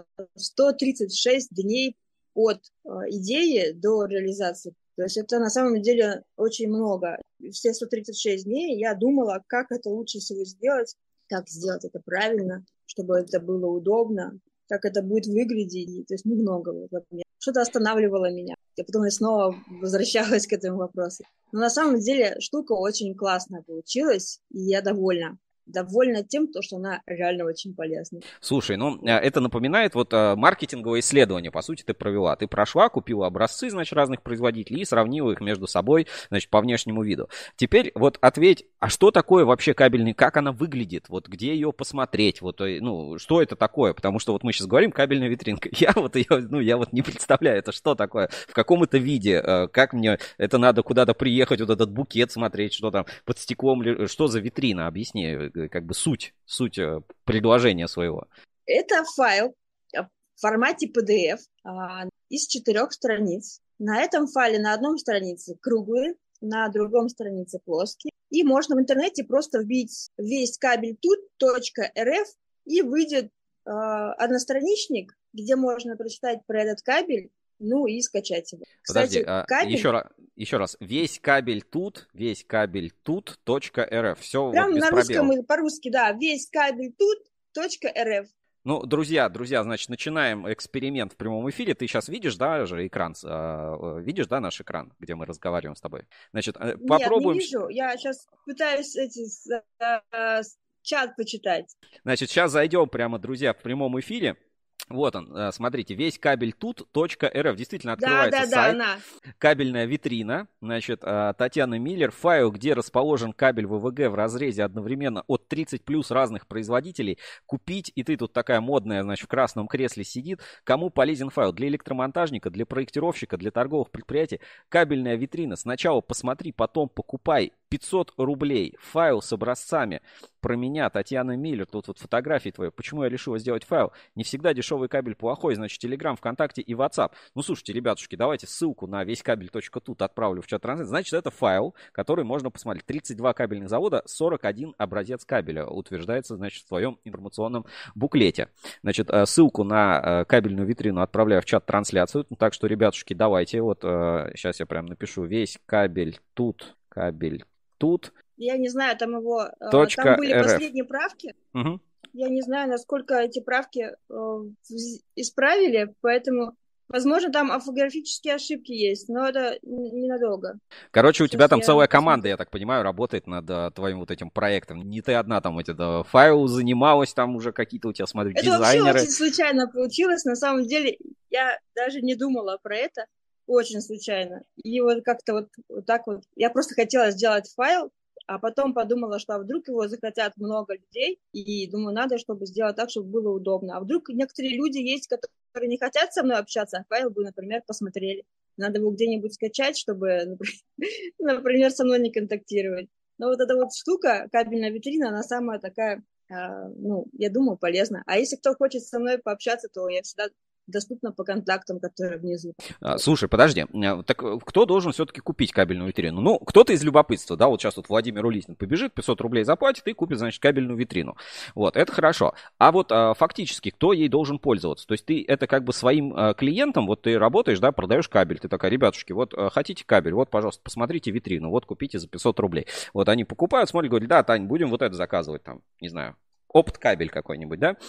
сто тридцать шесть дней от идеи до реализации. То есть это на самом деле очень много. Все сто тридцать шесть дней я думала, как это лучше всего сделать, как сделать это правильно, чтобы это было удобно, как это будет выглядеть. То есть немного. Что-то останавливало меня. Я потом я снова возвращалась к этому вопросу. Но на самом деле штука очень классная получилась, и я довольна. довольна тем, что она реально очень полезна.
Слушай, ну, это напоминает вот маркетинговое исследование, по сути, ты провела. Ты прошла, купила образцы, значит, разных производителей и сравнила их между собой, значит, по внешнему виду. Теперь вот ответь, а что такое вообще кабельный, как она выглядит, вот где ее посмотреть, вот, ну, что это такое? Потому что вот мы сейчас говорим кабельная витринка. Я вот ее, ну, я вот не представляю, это что такое, в каком это виде, как мне, это надо куда-то приехать, вот этот букет смотреть, что там под стеклом, что за витрина, объясни. Как бы суть, суть предложения своего.
Это файл в формате пи ди эф а, из четырех страниц. На этом файле на одном странице круглые, на другом странице плоские. И можно в интернете просто вбить весь кабель тут точка эр эф и выйдет а, одностраничник, где можно прочитать про этот кабель, ну и скачать его.
Подожди,
Кстати, кабель...
еще, раз, еще раз. Весь кабель тут, весь кабель тут, точка эр эф. Все
Прям
вот без
на
пробелов.
русском и по-русски, да. Весь кабель тут, точка эр эф.
Ну, друзья, друзья, значит, начинаем эксперимент в прямом эфире. Ты сейчас видишь, да, же экран? Видишь, да, наш экран, где мы разговариваем с тобой? Значит, попробуем...
Нет, не вижу. Я сейчас пытаюсь эти, чат почитать.
Значит, сейчас зайдем прямо, друзья, в прямом эфире. Вот он, смотрите, весь кабель тут точка эр эф. Действительно открывается
да, да,
сайт.
Да, она.
Кабельная витрина. Значит, Татьяна Миллер. Файл, где расположен кабель вэ вэ гэ в разрезе одновременно от тридцати плюс разных производителей. Купить. И ты тут такая модная, значит, в красном кресле сидит. Кому полезен файл? Для электромонтажника, для проектировщика, для торговых предприятий. Кабельная витрина. Сначала посмотри, потом покупай. пятьсот рублей. Файл с образцами. Про меня, Татьяна Миллер. Тут вот фотографии твои. Почему я решила сделать файл? Не всегда дешевый кабель плохой. Значит, Telegram, ВКонтакте и WhatsApp. Ну, слушайте, ребятушки, давайте ссылку на весь кабель точка тут отправлю в чат трансляции. Значит, это файл, который можно посмотреть. тридцать два кабельных завода, сорок один образец кабеля. Утверждается, значит, в твоем информационном буклете. Значит, ссылку на кабельную витрину отправляю в чат трансляцию. Так что, ребятушки, давайте. Вот сейчас я прям напишу весь кабель тут. Кабель тут.
Я не знаю, там его...
Точка
там были
эр эф.
Последние правки.
Угу.
Я не знаю, насколько эти правки э, исправили, поэтому, возможно, там орфографические ошибки есть, но это ненадолго.
Короче, у
Сейчас
тебя там
я
целая
посмотрю.
команда, я так понимаю, работает над а, твоим вот этим проектом. Не ты одна там эти да, файл занималась, там уже какие-то у тебя, смотрю,
Это
дизайнеры.
вообще очень случайно получилось. На самом деле, я даже не думала про это. Очень случайно. И вот как-то вот, вот так вот. Я просто хотела сделать файл, а потом подумала, что а вдруг его захотят много людей, и думаю, надо, чтобы сделать так, чтобы было удобно. А вдруг некоторые люди есть, которые не хотят со мной общаться, а файл бы, например, посмотрели. Надо его где-нибудь скачать, чтобы, например, со мной не контактировать. Но вот эта вот штука, кабельная витрина, она самая такая ну, я думаю, полезно. А если кто хочет со мной пообщаться, то я всегда доступна по контактам, которые внизу.
А, слушай, подожди, так кто должен все-таки купить кабельную витрину? Ну, кто-то из любопытства, да, вот сейчас вот Владимир Улиснин побежит, пятьсот рублей заплатит и купит, значит, кабельную витрину. Вот, это хорошо. А вот а, фактически, кто ей должен пользоваться? То есть ты это как бы своим а, клиентам, вот ты работаешь, да, продаешь кабель, ты такая, ребятушки, вот а, хотите кабель, вот, пожалуйста, посмотрите витрину, вот купите за пятьсот рублей. Вот они покупают, смотрят, говорят, да, Тань, будем вот это заказывать там, не знаю, опт-кабель какой-нибудь, да?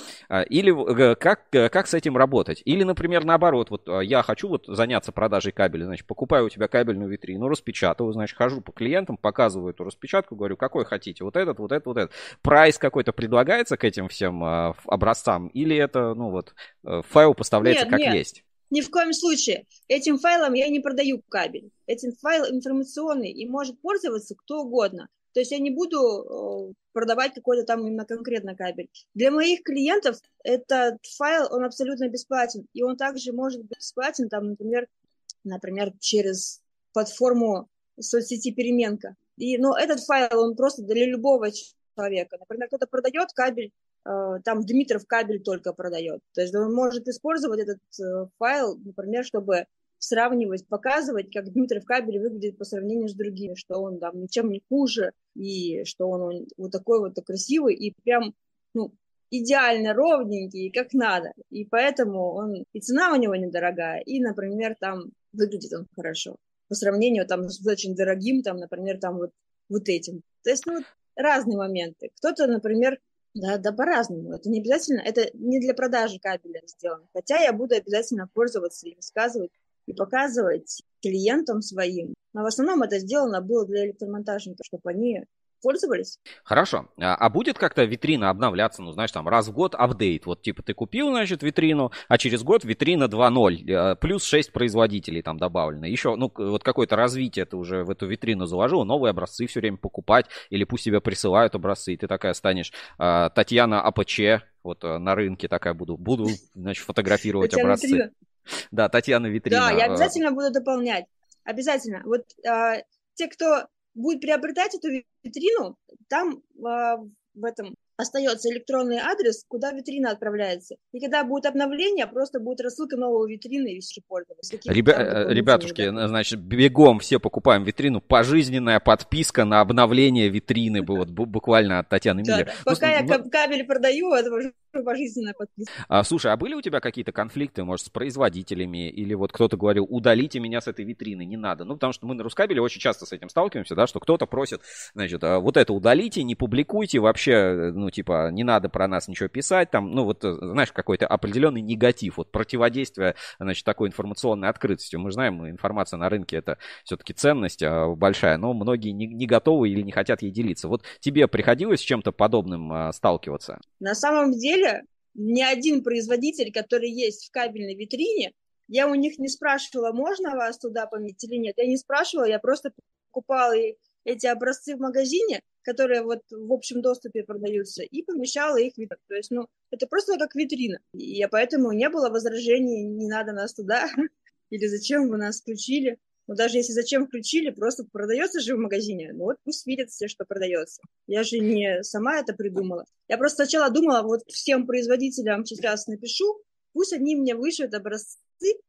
Или как, как с этим работать? Или, например, наоборот, вот я хочу вот заняться продажей кабеля, значит, покупаю у тебя кабельную витрину, распечатываю, значит, хожу по клиентам, показываю эту распечатку, говорю, какой хотите, вот этот, вот этот, вот этот. Прайс какой-то предлагается к этим всем образцам? Или это, ну вот, файл поставляется
нет,
как
нет.
есть?
Ни в коем случае. Этим файлом я не продаю кабель. Этим файл информационный, и может пользоваться кто угодно. То есть я не буду продавать какой-то там именно конкретно кабель. Для моих клиентов этот файл, он абсолютно бесплатен. И он также может быть бесплатен, там, например, например, через платформу соцсети Переменка. И, но этот файл, он просто для любого человека. Например, кто-то продает кабель, там Дмитров кабель только продает. То есть он может использовать этот файл, например, чтобы сравнивать, показывать, как Дмитров кабель выглядит по сравнению с другими, что он там ничем не хуже, и что он, он вот такой вот красивый, и прям, ну, идеально ровненький, как надо. И поэтому он, и цена у него недорогая, и, например, там выглядит он хорошо. По сравнению там с очень дорогим, там, например, там вот, вот этим. То есть, ну, вот разные моменты. Кто-то, например, да, да, по-разному. Это не обязательно, это не для продажи кабеля сделано. Хотя я буду обязательно пользоваться и рассказывать, и показывать клиентам своим. Но в основном это сделано было для электромонтажников, чтобы они пользовались.
Хорошо. А, а будет как-то витрина обновляться, ну, знаешь, там, раз в год апдейт? Вот, типа, ты купил, значит, витрину, а через год витрина два ноль, плюс шесть производителей там добавлено. Еще, ну, вот какое-то развитие ты уже в эту витрину заложил, новые образцы все время покупать, или пусть тебе присылают образцы, и ты такая станешь а, Татьяна АПЧ, вот на рынке такая буду, буду, значит, фотографировать образцы. Да, Татьяна Витрина.
Да, я обязательно буду дополнять. Обязательно. Вот э, те, кто будет приобретать эту витрину, там э, в этом остается электронный адрес, куда витрина отправляется. И когда будет обновление, просто будет рассылка новой витрины и все пользоваться.
Ребя... Ребятушки, значит, бегом все покупаем витрину. Пожизненная подписка на обновление витрины. Вот буквально от Татьяны Миллер.
Да, да. Пока я кабель продаю, это уже пожизненная подписка.
А, слушай, а были у тебя какие-то конфликты, может, с производителями? Или вот кто-то говорил, удалите меня с этой витрины, не надо. Ну, потому что мы на Рускабеле очень часто с этим сталкиваемся, да, что кто-то просит, значит, вот это удалите, не публикуйте, вообще, ну, типа, не надо про нас ничего писать, там, ну, вот, знаешь, какой-то определенный негатив, вот, противодействие, значит, такой информационной открытостью. Мы знаем, информация на рынке — это все-таки ценность большая, но многие не, не готовы или не хотят ей делиться. Вот тебе приходилось с чем-то подобным сталкиваться?
На самом деле, ни один производитель, который есть в кабельной витрине, я у них не спрашивала, можно вас туда поместить или нет. Я не спрашивала, я просто покупала эти образцы в магазине, которые вот в общем доступе продаются, и помещала их в витрину. То есть, ну, это просто как витрина. И поэтому не было возражений, не надо нас туда, или зачем вы нас включили. Но даже если зачем включили, просто продается же в магазине. Ну вот пусть видят все, что продается. Я же не сама это придумала. Я просто сначала думала, вот всем производителям сейчас напишу, пусть они мне вышлют образцы,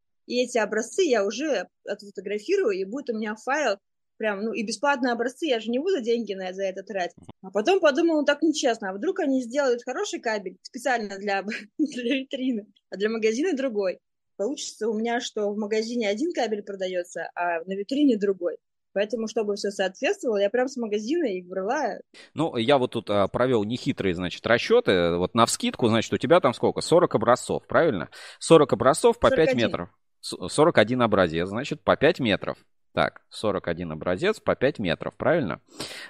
и эти образцы я уже отфотографирую, и будет у меня файл, прям, ну и бесплатные образцы, я же не буду деньги на, за это тратить. А потом подумала, ну так нечестно, а вдруг они сделают хороший кабель специально для, для витрины, а для магазина другой. Получится у меня, что в магазине один кабель продается, а на витрине другой. Поэтому, чтобы все соответствовало, я прям с магазина их брала. Ну,
я вот тут а, провел нехитрые, значит, расчеты. Вот навскидку, значит, у тебя там сколько? сорок образцов, правильно? сорок образцов по пять метров. сорок один образец, значит, по пять метров. Так, сорок один образец по пять метров, правильно?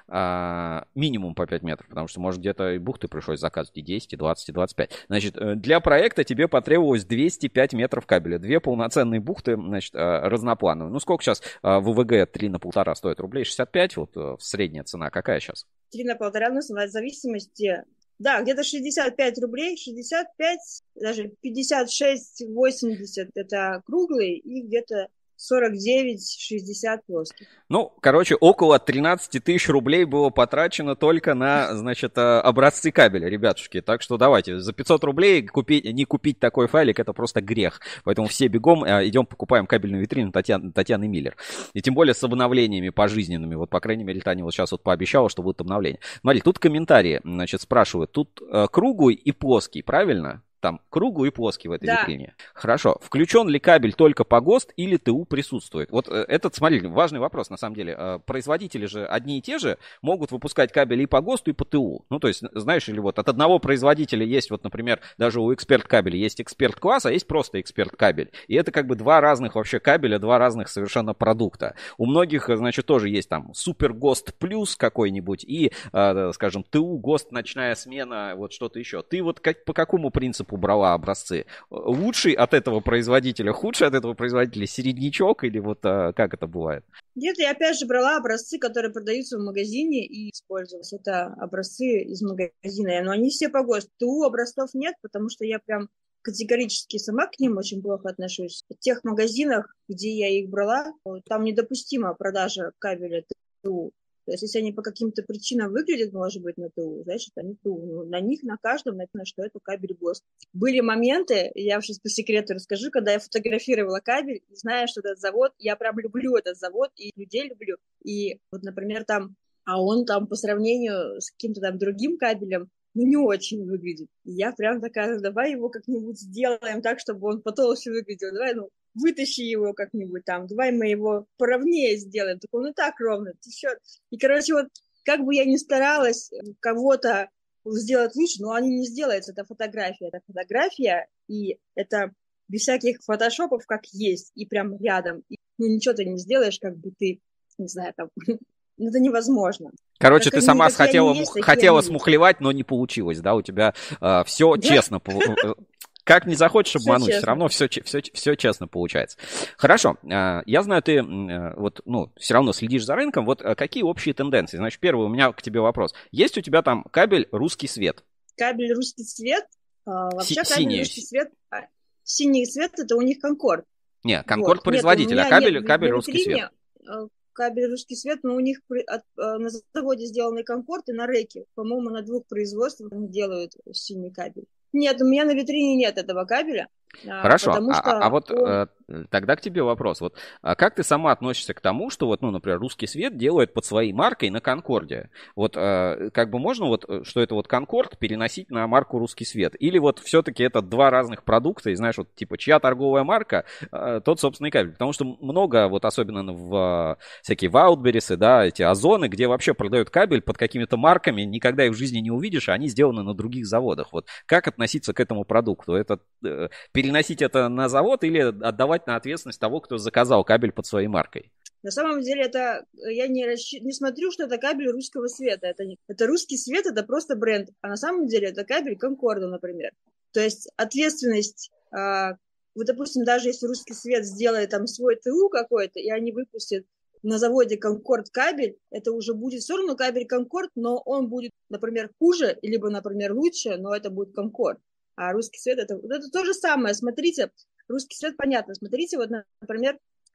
А, минимум по пять метров, потому что, может, где-то и бухты пришлось заказывать и десять, и двадцать, и двадцать пять. Значит, для проекта тебе потребовалось двести пять метров кабеля. Две полноценные бухты, значит, разноплановые. Ну, сколько сейчас ВВГ три на полтора стоит рублей? шестьдесят пять, вот средняя цена какая сейчас?
три на полтора, ну, в зависимости... Да, где-то шестьдесят пять рублей, шестьдесят пять, даже пятьдесят шесть восемьдесят это круглые, и где-то сорок девять шестьдесят плоских.
Ну, короче, около тринадцать тысяч рублей было потрачено только на, значит, образцы кабеля, ребятушки. Так что давайте, за пятьсот рублей купить, не купить такой файлик, это просто грех. Поэтому все бегом идем покупаем кабельную витрину Татьяны, Татьяны Миллер. И тем более с обновлениями пожизненными. Вот, по крайней мере, Таня вот сейчас вот пообещала, что будут обновления. Смотри, тут комментарии, значит, спрашивают. Тут э, круглый и плоский, правильно? Там круглый и плоский в этой да. витрине. Хорошо. Включен ли кабель только по ГОСТ или ТУ присутствует? Вот этот, смотри, важный вопрос на самом деле. Производители же одни и те же могут выпускать кабели и по ГОСТу, и по ТУ. Ну, то есть, знаешь, или вот от одного производителя есть, вот, например, даже у Эксперт кабеля есть Эксперт класс, а есть просто Эксперт кабель. И это как бы два разных вообще кабеля, два разных совершенно продукта. У многих, значит, тоже есть там Супер ГОСТ плюс какой-нибудь и, скажем, ТУ ГОСТ ночная смена, вот что-то еще. Ты вот как, по какому принципу брала образцы? Лучший от этого производителя, худший от этого производителя, середнячок или вот а, как это бывает?
Нет, я опять же брала образцы, которые продаются в магазине и использовалась. Это образцы из магазина, но они все по ГОСТу. ТУ образцов нет, потому что я прям категорически сама к ним очень плохо отношусь. В тех магазинах, где я их брала, там недопустима продажа кабеля ТУ. То есть, если они по каким-то причинам выглядят, может быть, на ТУ, значит, они ТУ. Ну, на них, на каждом написано, что это кабель ГОСТ. Были моменты, я сейчас по секрету расскажу, когда я фотографировала кабель, зная, что этот завод, я прям люблю этот завод и людей люблю. И вот, например, там, а он там по сравнению с каким-то там другим кабелем, ну, не очень выглядит. И я прям такая, давай его как-нибудь сделаем так, чтобы он потолще выглядел. Давай, ну, вытащи его как-нибудь там, давай мы его поровнее сделаем. Так он и так ровно. И, короче, вот как бы я ни старалась кого-то сделать лучше, но они не сделаются. Это фотография. Это фотография, и это без всяких фотошопов как есть, и прям рядом. И, ну, ничего ты не сделаешь, как бы ты, не знаю, там... Это невозможно.
Короче,
как
ты сама
они,
хотела,
есть,
хотела смухлевать, но не получилось, да? У тебя э, все да? честно. Как не захочешь обмануть, все равно все, все, все честно получается. Хорошо. Я знаю, ты вот, ну, все равно следишь за рынком. Вот какие общие тенденции? Значит, первый у меня к тебе вопрос. Есть у тебя там кабель «Русский свет»?
Кабель «Русский свет»? Вообще С- кабель «Русский свет». Синий цвет — это у них «Конкорд».
Не, «Конкорд» вот. производитель, нет, а кабель, нет, кабель «Русский свет».
Кабель «Русский свет», но у них от, на заводе сделанный «Конкорд» и на рэке. По-моему, на двух производствах они делают синий кабель. Нет, у меня на витрине нет этого кабеля.
Хорошо, а,
что
а вот
он...
э, тогда к тебе вопрос. Вот, а как ты сама относишься к тому, что, вот, ну, например, «Русский свет» делает под своей маркой на «Конкорде»? Вот э, как бы можно, вот, что это вот «Конкорд» переносить на марку «Русский свет»? Или вот все-таки это два разных продукта, и знаешь, вот типа чья торговая марка, э, тот собственный кабель? Потому что много, вот особенно в э, всякие ваутберисы, да, эти озоны, где вообще продают кабель под какими-то марками, никогда их в жизни не увидишь, а они сделаны на других заводах. Вот как относиться к этому продукту? Это э, переносить это на завод или отдавать на ответственность того, кто заказал кабель под своей маркой?
На самом деле, это я не, расщ... не смотрю, что это кабель «Русского света». Это, не... это «Русский свет», это просто бренд. А на самом деле это кабель «Конкорда», например. То есть ответственность, э, вот, допустим, даже если «Русский свет» сделает там свой ТУ какой-то, и они выпустят на заводе «Конкорд» кабель, это уже будет все равно кабель «Конкорд», но он будет, например, хуже, либо, например, лучше, но это будет «Конкорд». А «Русский свет» это, это то же самое. Смотрите, «Русский свет» понятно. Смотрите, вот, например,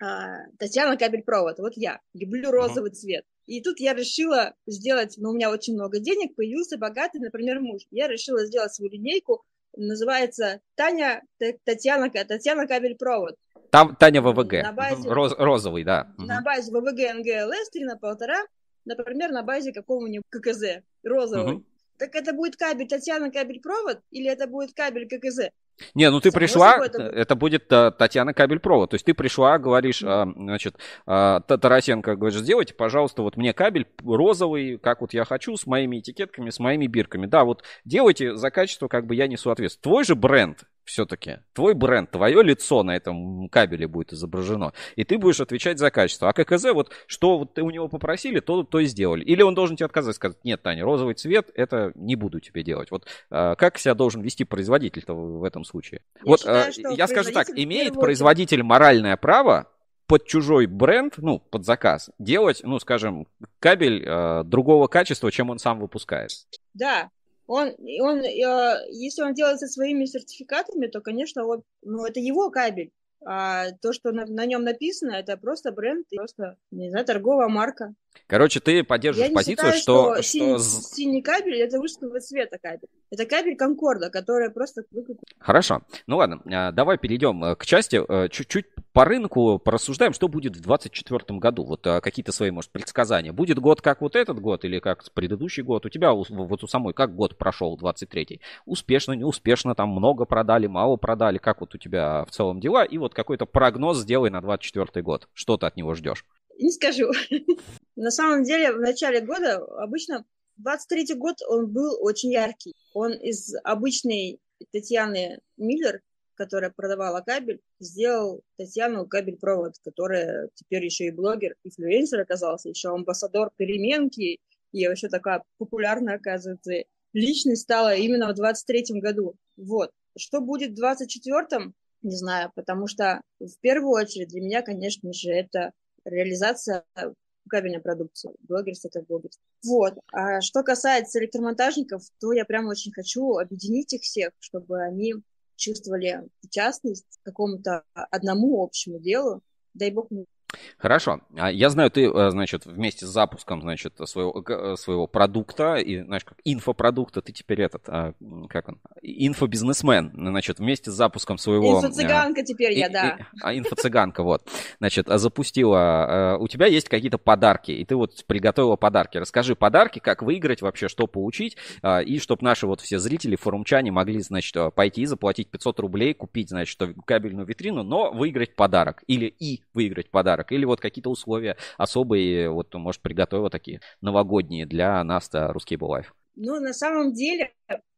Татьяна кабель-провод. Вот я люблю розовый цвет. И тут я решила сделать, ну, у меня очень много денег, появился богатый, например, муж. Я решила сделать свою линейку, называется Таня, Татьяна, Татьяна кабель-провод.
Там Таня ВВГ,
на базе,
Роз, розовый, да.
На базе ВВГ НГЛС три на полтора, например, на базе какого-нибудь ККЗ, розовый. Угу. Так это будет кабель Татьяна кабель-провод или это будет кабель ККЗ?
Не, ну ты Само пришла, это будет, это будет а, Татьяна кабель-провод. То есть ты пришла, говоришь, а, значит, а, Тарасенко, говоришь, сделайте, пожалуйста, вот мне кабель розовый, как вот я хочу, с моими этикетками, с моими бирками. Да, вот делайте, за качество как бы я несу ответственность. Твой же бренд все-таки, твой бренд, твое лицо на этом кабеле будет изображено. И ты будешь отвечать за качество. А ККЗ, вот что вот ты у него попросили, то, то и сделали. Или он должен тебе отказать, сказать, нет, Таня, розовый цвет, это не буду тебе делать. Вот а, как себя должен вести производитель-то в этом случае? Я вот считаю, а, я скажу так, имеет производитель моральное право под чужой бренд, ну, под заказ, делать, ну, скажем, кабель э, другого качества, чем он сам выпускает?
Да. Он, он, э, если он делает со своими сертификатами, то, конечно, он, ну, это его кабель. А то, что на, на нем написано, это просто бренд, просто, не знаю, торговая марка.
Короче, ты поддерживаешь
Я не
позицию,
считаю,
что...
что,
что...
Синий, синий кабель — это вышитого цвета кабель. Это кабель Конкорда, который просто выкупил.
Хорошо. Ну ладно, давай перейдем к части. Чуть-чуть по рынку порассуждаем, что будет в двадцать четвёртом году. Вот какие-то свои, может, предсказания. Будет год как вот этот год или как предыдущий год? У тебя вот у самой как год прошел, двадцать третий? Успешно, неуспешно, там много продали, мало продали? Как вот у тебя в целом дела? И вот какой-то прогноз сделай на двадцать четвёртый год. Что ты от него ждешь?
Не скажу. На самом деле, в начале года обычно двадцать третий год он был очень яркий. Он из обычной Татьяны Миллер, которая продавала кабель, сделал Татьяну кабель-провод, которая теперь еще и блогер, инфлюенсер оказался, еще амбассадор переменки, и вообще такая популярная, оказывается, личность стала именно в двадцать третьем году. Вот. Что будет в двадцать четвёртом, не знаю, потому что в первую очередь для меня, конечно же, это реализация кабельной продукции. Блогерство — это блогерство. Вот. А что касается электромонтажников, то я прям очень хочу объединить их всех, чтобы они чувствовали причастность к какому-то одному общему делу. Дай бог мне.
Хорошо. Я знаю, ты, значит, вместе с запуском, значит, своего, своего продукта, и, знаешь, как инфопродукта, ты теперь этот, как он, инфобизнесмен, значит, вместе с запуском своего...
Инфо-цыганка теперь я, да.
А, инфо-цыганка, вот. Значит, запустила... У тебя есть какие-то подарки, и ты вот приготовила подарки. Расскажи подарки, как выиграть вообще, что получить, и чтобы наши вот все зрители, форумчане могли, значит, пойти и заплатить пятьсот рублей, купить, значит, кабельную витрину, но выиграть подарок. Или и выиграть подарок. Или вот какие-то условия особые, вот, может, приготовила такие новогодние для нас, Ruscable Life.
Ну, на самом деле,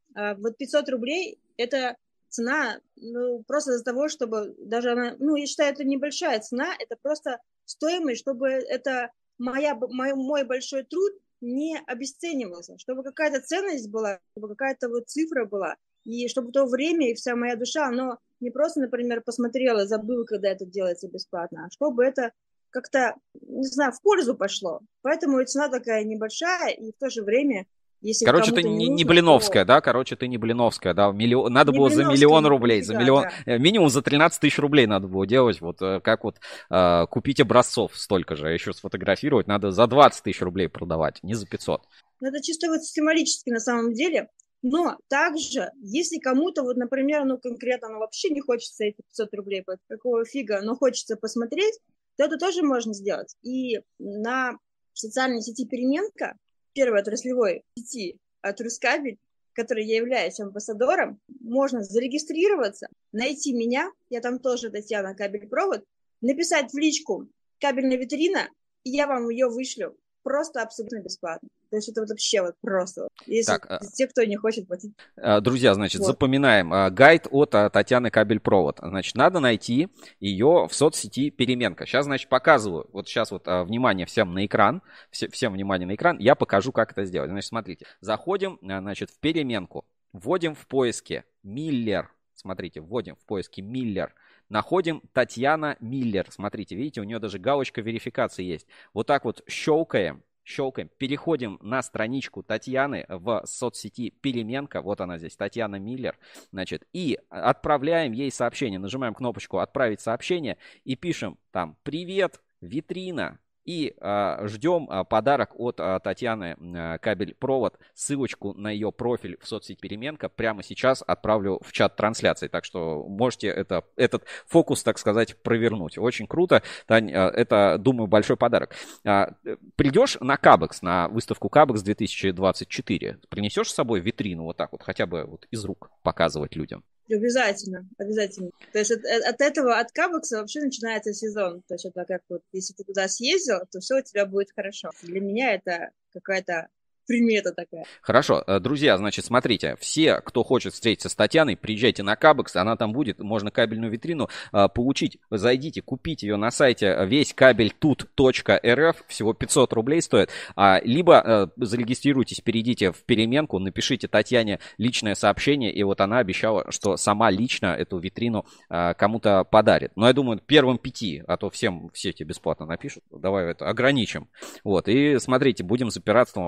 вот пятьсот рублей – это цена, ну, просто из-за того, чтобы даже она, ну, я считаю, это небольшая цена, это просто стоимость, чтобы это моя, мой, мой большой труд не обесценивался, чтобы какая-то ценность была, чтобы какая-то вот цифра была, и чтобы то время и вся моя душа, оно не просто, например, посмотрела, забыла, когда это делается бесплатно, а чтобы это как-то, не знаю, в пользу пошло. Поэтому и цена такая небольшая, и в то же время, если
короче, ты не, не Блиновская, то... да? Короче, ты не Блиновская, да? Миллион... Надо не было за миллион рублей, за миллион... Да. Минимум за тринадцать тысяч рублей надо было делать, вот как вот э, купить образцов столько же, еще сфотографировать, надо за двадцать тысяч рублей продавать, не за пятьсот.
Ну, это чисто вот символически на самом деле. Но также, если кому-то, вот, например, ну, конкретно, ну, вообще не хочется эти пятьсот рублей, какого фига, но хочется посмотреть, то это тоже можно сделать. И на социальной сети «Переменка», первой отраслевой сети от Рускабель, которой я являюсь амбассадором, можно зарегистрироваться, найти меня, я там тоже Татьяна кабель-провод, написать в личку «Кабельная витрина», и я вам ее вышлю. Просто абсолютно бесплатно. То есть это вот вообще вот просто. Если так, те, кто не хочет платить.
Друзья, значит, вот. Запоминаем. Гайд от Татьяны Кабель-провод. Значит, надо найти ее в соцсети «Переменка». Сейчас, значит, показываю. Вот сейчас вот внимание всем на экран. Всем внимание на экран. Я покажу, как это сделать. Значит, смотрите. Заходим, значит, в «Переменку». Вводим в поиске «Миллер». Смотрите, вводим в поиске «Миллер». Находим Татьяна Миллер. Смотрите, видите, у нее даже галочка верификации есть. Вот так вот щелкаем, щелкаем, переходим на страничку Татьяны в соцсети «Переменка». Вот она здесь, Татьяна Миллер. Значит, и отправляем ей сообщение. Нажимаем кнопочку «Отправить сообщение» и пишем там «Привет, витрина». И э, ждем э, подарок от э, Татьяны э, Кабель-провод. Ссылочку на ее профиль в соцсети «Переменка» прямо сейчас отправлю в чат трансляции. Так что можете это, этот фокус, так сказать, провернуть. Очень круто. Тань, э, это, думаю, большой подарок. Э, придешь на Кабекс, на выставку Кабекс две тысячи двадцать четыре. Принесешь с собой витрину вот так вот, хотя бы вот из рук показывать людям?
Обязательно, обязательно. То есть от, от этого, от Кабекса вообще начинается сезон. То есть это как вот, если ты туда съездил, то все у тебя будет хорошо. Для меня это какая-то примета такая.
Хорошо, друзья, значит, смотрите, все, кто хочет встретиться с Татьяной, приезжайте на Кабекс, она там будет, можно кабельную витрину а, получить. Вы зайдите, купите ее на сайте весь кабель тут точка эр эф, всего пятьсот рублей стоит, а, либо а, зарегистрируйтесь, перейдите в Переменку, напишите Татьяне личное сообщение, и вот она обещала, что сама лично эту витрину а, кому-то подарит. Но я думаю, первым пяти, а то всем все эти бесплатно напишут, давай это ограничим. Вот, и смотрите, будем за пиратством вообще следить.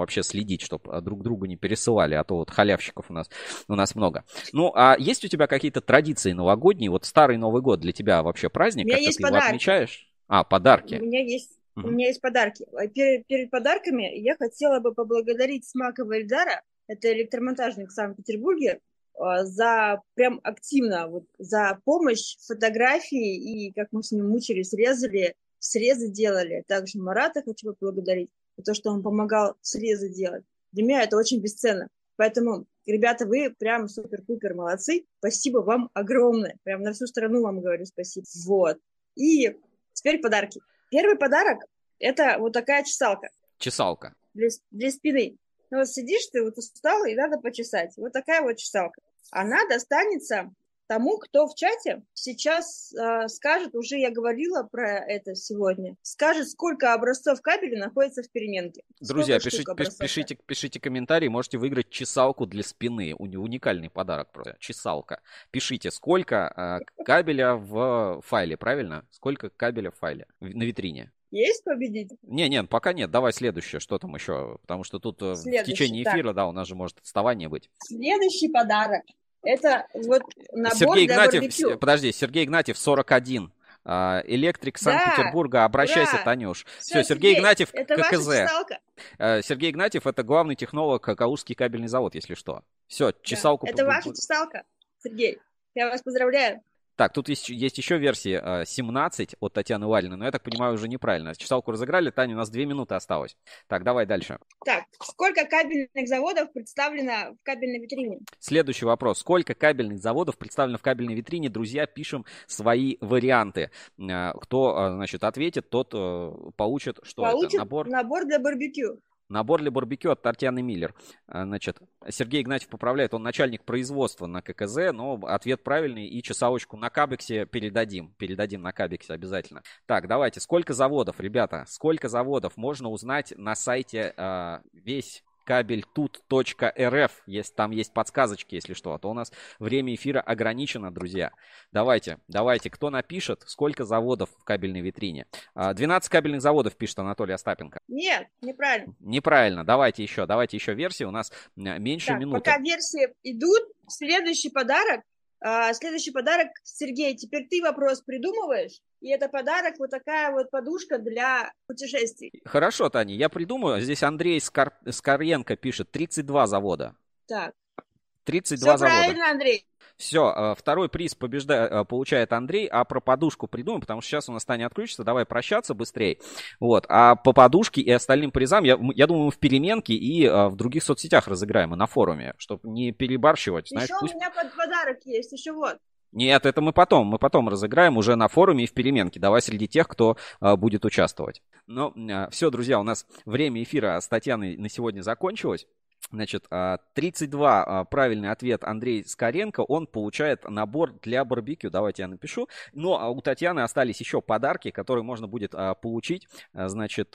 следить, чтобы друг другу не пересылали, а то вот халявщиков у нас, у нас много. Ну, а есть у тебя какие-то традиции новогодние? Вот старый Новый год для тебя вообще праздник?
У меня
Как-то
есть
ты его
подарки.
отмечаешь? А, подарки.
У меня есть,
Мгм.
у меня есть подарки. Перед, перед подарками я хотела бы поблагодарить Смакова Эльдара, это электромонтажник в Санкт-Петербурге, э, за прям активно, вот, за помощь, фотографии и как мы с ним мучились, резали, срезы делали. Также Марата хочу поблагодарить за то, что он помогал срезы делать. Для меня это очень бесценно. Поэтому, ребята, вы прям супер-пупер молодцы. Спасибо вам огромное. Прям на всю страну вам говорю спасибо. Вот. И теперь подарки. Первый подарок – это вот такая чесалка
Чесалка.
для, с- для спины. Ну вот сидишь ты, вот устала, и надо почесать. Вот такая вот чесалка. Она достанется тому, кто в чате сейчас э, скажет, уже я говорила про это сегодня, скажет, сколько образцов кабеля находится в переменке.
Друзья,
Сколько
пишите,
штук
пиш-
образцов
пишите, пишите комментарии, можете выиграть чесалку для спины. Уни- Уникальный подарок просто. Чесалка. Пишите, сколько э, кабеля в файле, правильно? Сколько кабеля в файле в- на витрине?
Есть победитель?
Не, нет, пока нет. Давай следующее. Что там еще? Потому что тут э, в
Следующий,
течение
так.
эфира, да, у нас же может отставание быть.
Следующий подарок. Это вот набор
Сергей
для
Игнатьев,
барбекю.
с- подожди, Сергей Игнатьев, сорок один. А, Электрик
Да,
Санкт-Петербурга, обращайся,
ура!
Танюш.
Всё,
Все, Сергей Игнатьев,
это ваша
ККЗ.
чесалка.
Э, Сергей Игнатьев — это главный технолог Каушский кабельный завод, если что. Все,
Да,
чесалку.
это
б-
ваша
б-
чесалка, Сергей. Я вас поздравляю.
Так, тут есть, есть еще версии э, семнадцать от Татьяны Валиной, но я так понимаю, уже неправильно. Чесалку разыграли, Таня, у нас две минуты осталось. Так, давай дальше.
Так, сколько кабельных заводов представлено в кабельной витрине?
Следующий вопрос. Сколько кабельных заводов представлено в кабельной витрине? Друзья, пишем свои варианты. Э, Кто, э, значит, ответит, тот э, получит, что
Получит
это? Набор?
набор для барбекю.
Набор для барбекю от Татьяны Миллер. А, Значит, Сергей Игнатьев поправляет, он начальник производства на ККЗ, но ответ правильный, и чесалочку на Кабексе передадим. Передадим на Кабексе обязательно. Так, давайте, сколько заводов, ребята, сколько заводов можно узнать на сайте а, весь кабель тут точка эр эф, есть, там есть подсказочки, если что, а то у нас время эфира ограничено, друзья. Давайте, давайте, кто напишет, сколько заводов в кабельной витрине? А, двенадцать кабельных заводов, пишет Анатолий Остапенко.
Нет, неправильно.
Неправильно. Давайте еще, давайте еще версии. У нас м, меньше
Так,
минуты.
пока версии идут, следующий подарок. а, следующий подарок, Сергей, теперь ты вопрос придумываешь, и это подарок, вот такая вот подушка для путешествий.
Хорошо, Таня, я придумаю. Здесь Андрей Скор... Скоренко пишет тридцать два завода.
Так,
тридцать
все
два завода.
правильно, Андрей.
Все, второй приз побежда... получает Андрей, а про подушку придумаем, потому что сейчас у нас Таня отключится, давай прощаться быстрее. Вот, а по подушке и остальным призам, я, я думаю, мы в переменке и а, в других соцсетях разыграем, и на форуме, чтобы не перебарщивать. Знаешь,
Еще
пусть...
у меня под подарок есть, еще вот.
Нет, это мы потом, мы потом разыграем уже на форуме и в переменке. Давай среди тех, кто а, будет участвовать. Ну, а, все, друзья, у нас время эфира с Татьяной на сегодня закончилось. Значит, тридцать два правильный ответ Андрей Скоренко, он получает набор для барбекю. Давайте я напишу. Но у Татьяны остались еще подарки, которые можно будет получить, значит,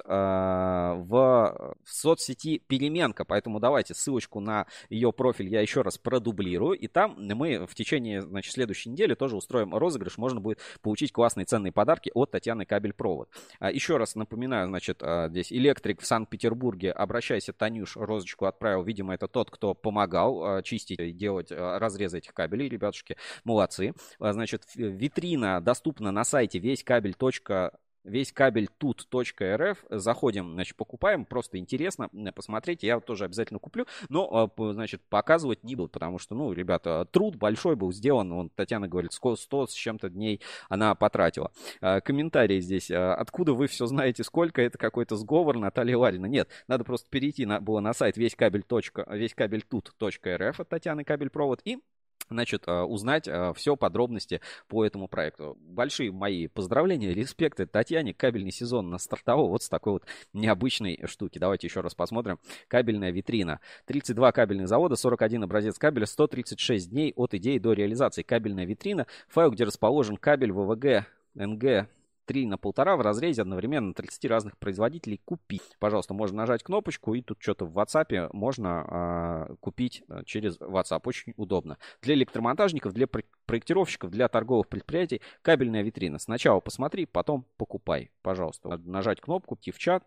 в соцсети Переменка. Поэтому давайте ссылочку на ее профиль я еще раз продублирую. И там мы в течение, значит, следующей недели тоже устроим розыгрыш. Можно будет получить классные ценные подарки от Татьяны Кабель-Провод. Еще раз напоминаю, значит, здесь Электрик в Санкт-Петербурге. Обращайся, Танюш, розочку отправил. Видимо, это тот, кто помогал чистить и делать разрезы этих кабелей. Ребятушки, молодцы. Значит, витрина доступна на сайте весь кабель точка весь кабель тут точка эр эф. Заходим, значит, покупаем. Просто интересно посмотреть. Я тоже обязательно куплю. Но, значит, показывать не буду, потому что, ну, ребята, труд большой был сделан. Вон, Татьяна говорит, сто с чем-то дней она потратила. Комментарии здесь. Откуда вы все знаете, сколько? Это какой-то сговор, Наталья Ларина. Нет, надо просто перейти на, было на сайт весь кабель тут точка эр эф от Татьяны Кабель-Провод и, значит, узнать все подробности по этому проекту. Большие мои поздравления, респекты Татьяне. Кабельный сезон нас стартовал вот с такой вот необычной штуки. Давайте еще раз посмотрим. Кабельная витрина. тридцать два кабельных завода, сорок один образец кабеля, сто тридцать шесть дней от идеи до реализации. Кабельная витрина. Файл, где расположен кабель вэ вэ гэ эн гэ три на полтора в разрезе одновременно тридцати разных производителей купить. Пожалуйста, можно нажать кнопочку, и тут что-то в WhatsApp можно э, купить через WhatsApp. Очень удобно. Для электромонтажников, для проектировщиков, для торговых предприятий кабельная витрина. Сначала посмотри, потом покупай. Пожалуйста, надо нажать кнопку, идти в чат.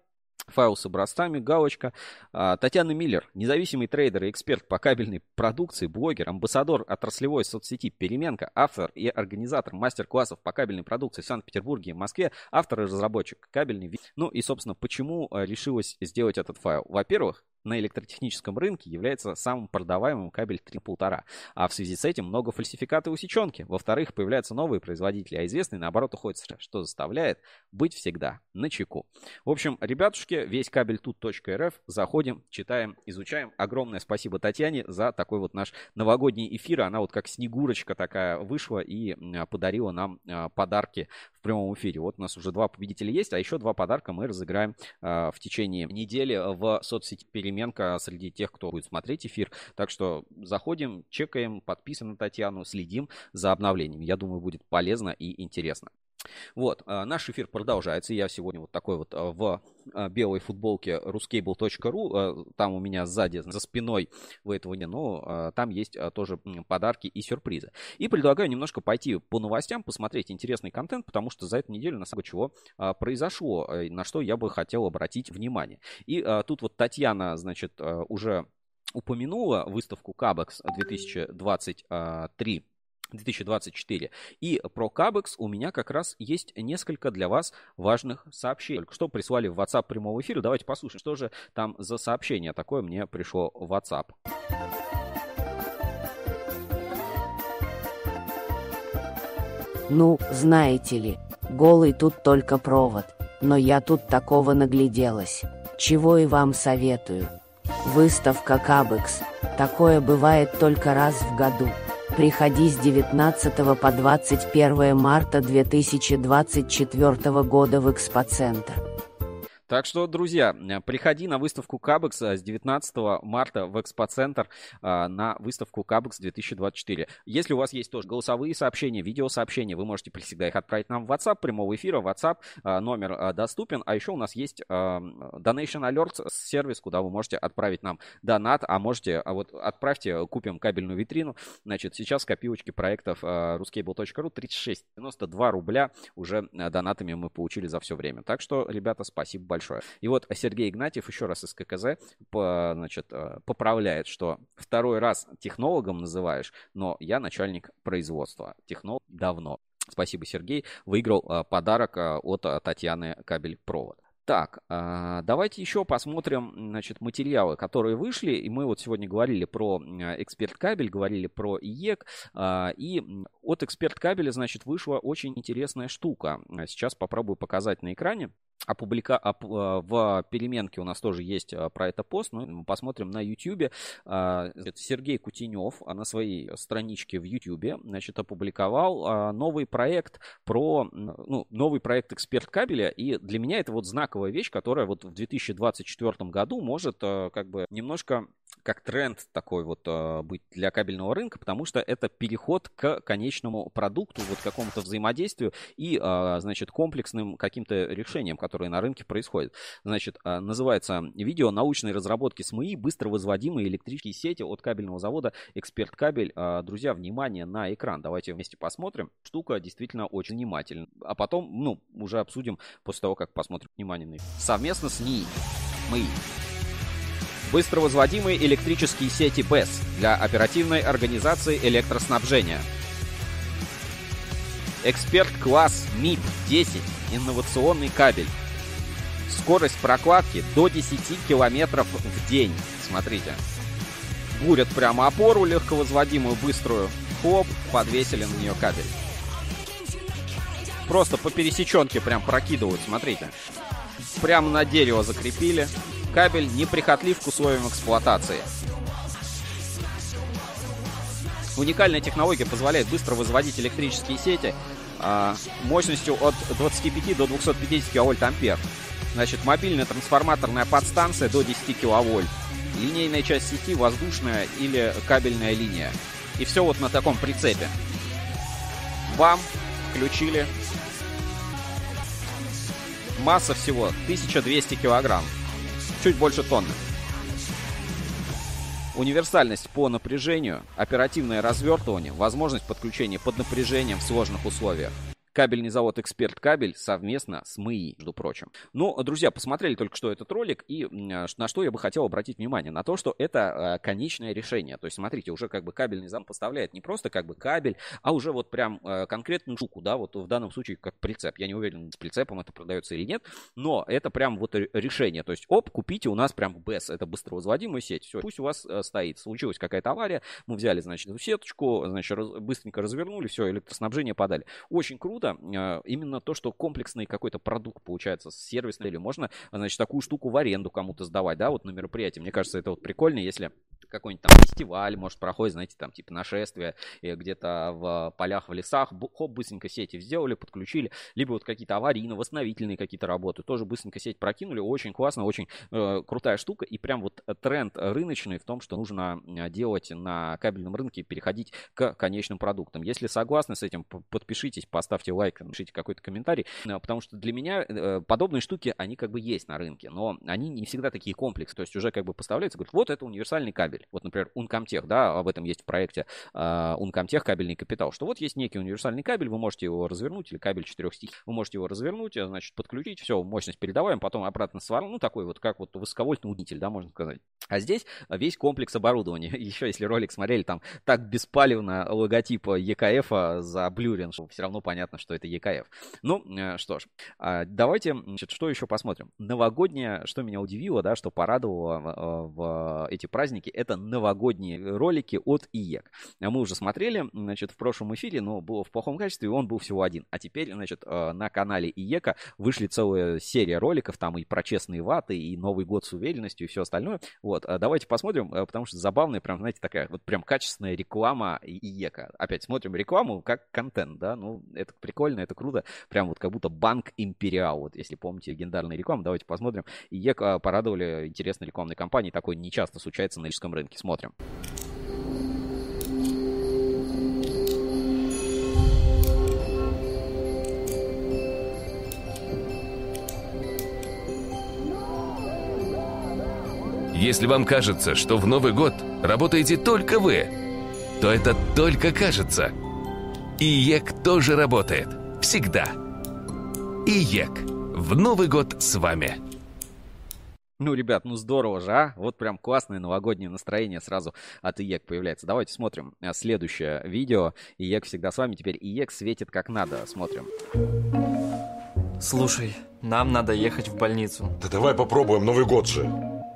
Файл с образцами, галочка. Татьяна Миллер, независимый трейдер и эксперт по кабельной продукции, блогер, амбассадор отраслевой соцсети «Переменка», автор и организатор мастер-классов по кабельной продукции в Санкт-Петербурге и Москве, автор и разработчик кабельный. Ну и, собственно, почему решилась сделать этот файл? Во-первых, на электротехническом рынке является самым продаваемым кабель три полтора. А в связи с этим много фальсификат и усеченки. Во-вторых, появляются новые производители, а известные, наоборот, уходят, что заставляет быть всегда начеку. В общем, ребятушки, весь кабель тут точка эр эф. Заходим, читаем, изучаем. Огромное спасибо Татьяне за такой вот наш новогодний эфир. Она вот как снегурочка такая вышла и подарила нам подарки в прямом эфире. Вот у нас уже два победителя есть, а еще два подарка мы разыграем в течение недели в соцсети «Переменка» среди тех, кто будет смотреть эфир. Так что заходим, чекаем, подписываем на Татьяну, следим за обновлениями. Я думаю, будет полезно и интересно. Вот, наш эфир продолжается. Я сегодня вот такой вот в белой футболке ruskable точка ру. Там у меня сзади, за спиной, вы этого не, но там есть тоже подарки и сюрпризы. И предлагаю немножко пойти по новостям, посмотреть интересный контент, потому что за эту неделю на самом деле чего произошло, на что я бы хотел обратить внимание. И тут вот Татьяна, значит, уже упомянула выставку Кабекс две тысячи двадцать три. две тысячи двадцать четыре. И про Кабекс у меня как раз есть несколько для вас важных сообщений. Только что прислали в WhatsApp прямого эфира. Давайте послушаем, что же там за сообщение такое мне пришло в WhatsApp.
Ну, знаете ли, голый тут только провод. Но я тут такого нагляделась. Чего и вам советую. Выставка Кабекс. Такое бывает только раз в году. Приходи с девятнадцатого по двадцать первое марта две тысячи двадцать четвёртого года в Экспоцентр.
Так что, друзья, приходи на выставку Кабекс с девятнадцатого марта в Экспоцентр на выставку Кабекс две тысячи двадцать четыре. Если у вас есть тоже голосовые сообщения, видеосообщения, вы можете всегда их отправить нам в WhatsApp, прямого эфира, WhatsApp, номер доступен. А еще у нас есть Donation Alerts, сервис, куда вы можете отправить нам донат, а можете, а вот отправьте, купим кабельную витрину. Значит, сейчас копилочки проектов ruskable точка ру тридцать шесть девяносто два рубля уже донатами мы получили за все время. Так что, ребята, спасибо большое. Большое. И вот Сергей Игнатьев еще раз из ка ка зэ по, значит, поправляет, что второй раз технологом называешь, но я начальник производства. Технолог давно. Спасибо, Сергей. Выиграл подарок от Татьяны кабель-провод. Так, давайте еще посмотрим, значит, материалы, которые вышли. И мы вот сегодня говорили про Эксперт Кабель, говорили про ИЕК. И от Эксперт Кабеля, значит, вышла очень интересная штука. Сейчас попробую показать на экране. Опублика... В переменке у нас тоже есть про это пост, но мы посмотрим на YouTube. Сергей Кутенев на своей страничке в YouTube, значит, опубликовал новый проект про, ну, новый проект Эксперт Кабеля, и для меня это вот знаковая вещь, которая вот в две тысячи двадцать четвёртом году может как бы немножко как тренд такой вот быть для кабельного рынка, потому что это переход к конечному продукту, вот какому-то взаимодействию и, значит, комплексным каким-то решениям, которые на рынке происходят. Значит, называется видео «Научные разработки СМИ. Быстро возводимые электрические сети от кабельного завода Эксперт Кабель». Друзья, внимание на экран. Давайте вместе посмотрим. Штука действительно очень занимательная. А потом, ну, уже обсудим после того, как посмотрим внимание на экран. Совместно с НИИ. МИ. Быстро возводимые электрические сети БЭС для оперативной организации электроснабжения. Эксперт-класс МИП десять. Инновационный кабель. Скорость прокладки до десяти километров в день. Смотрите. Бурят прямо опору легковозводимую, быструю. Хлоп, подвесили на нее кабель. Просто по пересеченке прям прокидывают, смотрите. Прямо на дерево закрепили. Кабель неприхотлив к условиям эксплуатации. Уникальная технология позволяет быстро возводить электрические сети а, мощностью от двадцати пяти до двухсот пятидесяти киловольт-ампер. Значит, мобильная трансформаторная подстанция до десяти киловольт. Линейная часть сети, воздушная или кабельная линия. И все вот на таком прицепе. Бам! Включили. Масса всего тысяча двести килограмм. Чуть больше тонны. Универсальность по напряжению, оперативное развертывание, возможность подключения под напряжением в сложных условиях. кабельный завод «Эксперт Кабель» совместно с МИИ, между прочим. Ну, друзья, посмотрели только что этот ролик, и на что я бы хотел обратить внимание? На то, что это конечное решение. То есть, смотрите, уже как бы кабельный завод поставляет не просто как бы кабель, а уже вот прям конкретную штуку, да, вот в данном случае как прицеп. Я не уверен, с прицепом это продается или нет, но это прям вот решение. То есть, оп, купите у нас прям БЭС, это быстровозводимая сеть. Все, пусть у вас стоит. Случилась какая-то авария, мы взяли, значит, эту сеточку, значит, раз, быстренько развернули, все, электроснабжение подали. Очень круто. Именно то, что комплексный какой-то продукт получается с сервисной, или можно, значит, такую штуку в аренду кому-то сдавать, да, вот на мероприятии. Мне кажется, это вот прикольно, если какой-нибудь там фестиваль, может, проходит, знаете, там, типа, нашествие, где-то в полях, в лесах, хоп, быстренько сети сделали, подключили, либо вот какие-то аварийно-восстановительные какие-то работы, тоже быстренько сеть прокинули, очень классно, очень э, крутая штука, и прям вот тренд рыночный в том, что нужно делать на кабельном рынке, переходить к конечным продуктам. Если согласны с этим, подпишитесь, поставьте лайк, напишите какой-то комментарий, потому что для меня э, подобные штуки, они как бы есть на рынке, но они не всегда такие комплексы, то есть уже как бы поставляется, говорят, вот это универсальный кабель. Вот, например, Uncomtech, да, об этом есть в проекте uh, Uncomtech кабельный капитал, что вот есть некий универсальный кабель, вы можете его развернуть, или кабель четырех стихий, вы можете его развернуть, значит, подключить, все, мощность передаваем, потом обратно сварим, ну, такой вот, как вот высоковольтный удлинитель, да, можно сказать. А здесь весь комплекс оборудования. Еще, если ролик смотрели, там так беспалевно логотип ЕКФ заблюрен, что все равно понятно, что это ЕКФ. Ну, что ж, давайте, значит, что еще посмотрим. Новогоднее, что меня удивило, да, что порадовало в эти праздники, это новогодние ролики от ИЕК. Мы уже смотрели, значит, в прошлом эфире, но было в плохом качестве, и он был всего один. А теперь, значит, на канале ИЕКа вышли целая серия роликов, там и про честные ваты, и Новый год с уверенностью, и все остальное. Вот, давайте посмотрим, потому что забавная, прям, знаете, такая вот прям качественная реклама ИЕКа. Опять смотрим рекламу как контент, да, ну, это прикольно, это круто, прям вот как будто Банк Империал, вот, если помните легендарную рекламу, давайте посмотрим. ИЕК порадовали интересной рекламной кампанией, такое не часто случается на рижском рынке. Смотрим.
Если вам кажется, что в Новый год работаете только вы, то это только кажется. ИЕК тоже работает. Всегда. ИЕК. В Новый год с вами.
Ну, ребят, ну здорово же, а? Вот прям классное новогоднее настроение сразу от ИЕК появляется. Давайте смотрим следующее видео. ИЕК всегда с вами. Теперь ИЕК светит как надо. Смотрим.
Слушай, нам надо ехать в больницу.
Да давай попробуем, Новый год же.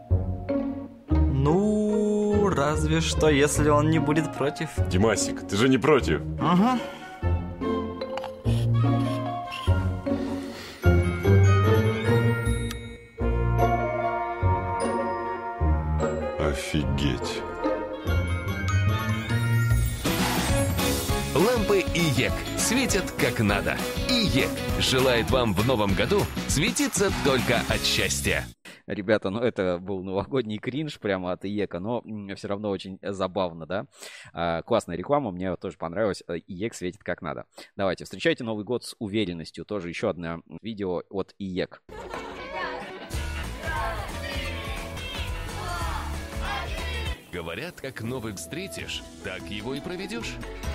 Ну, разве что, если он не будет против.
Димасик, ты же не против?
Ага.
Офигеть.
Лампы ИЕК светят как надо. ИЕК желает вам в новом году светиться только от счастья.
Ребята, ну это был новогодний кринж прямо от ИЕКа, но все равно очень забавно, да? А, классная реклама, мне тоже понравилось. ИЕК светит как надо. Давайте, встречайте Новый год с уверенностью. Тоже еще одно видео от ИЕК.
Говорят, как новый встретишь, так его и проведешь.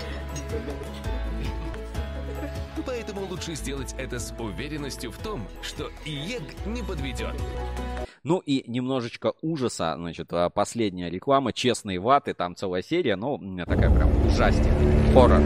Поэтому лучше сделать это с уверенностью в том, что ИЕК не подведет.
Ну и немножечко ужаса, значит, последняя реклама, честные ваты, там целая серия, но такая прям ужастик, хоррор.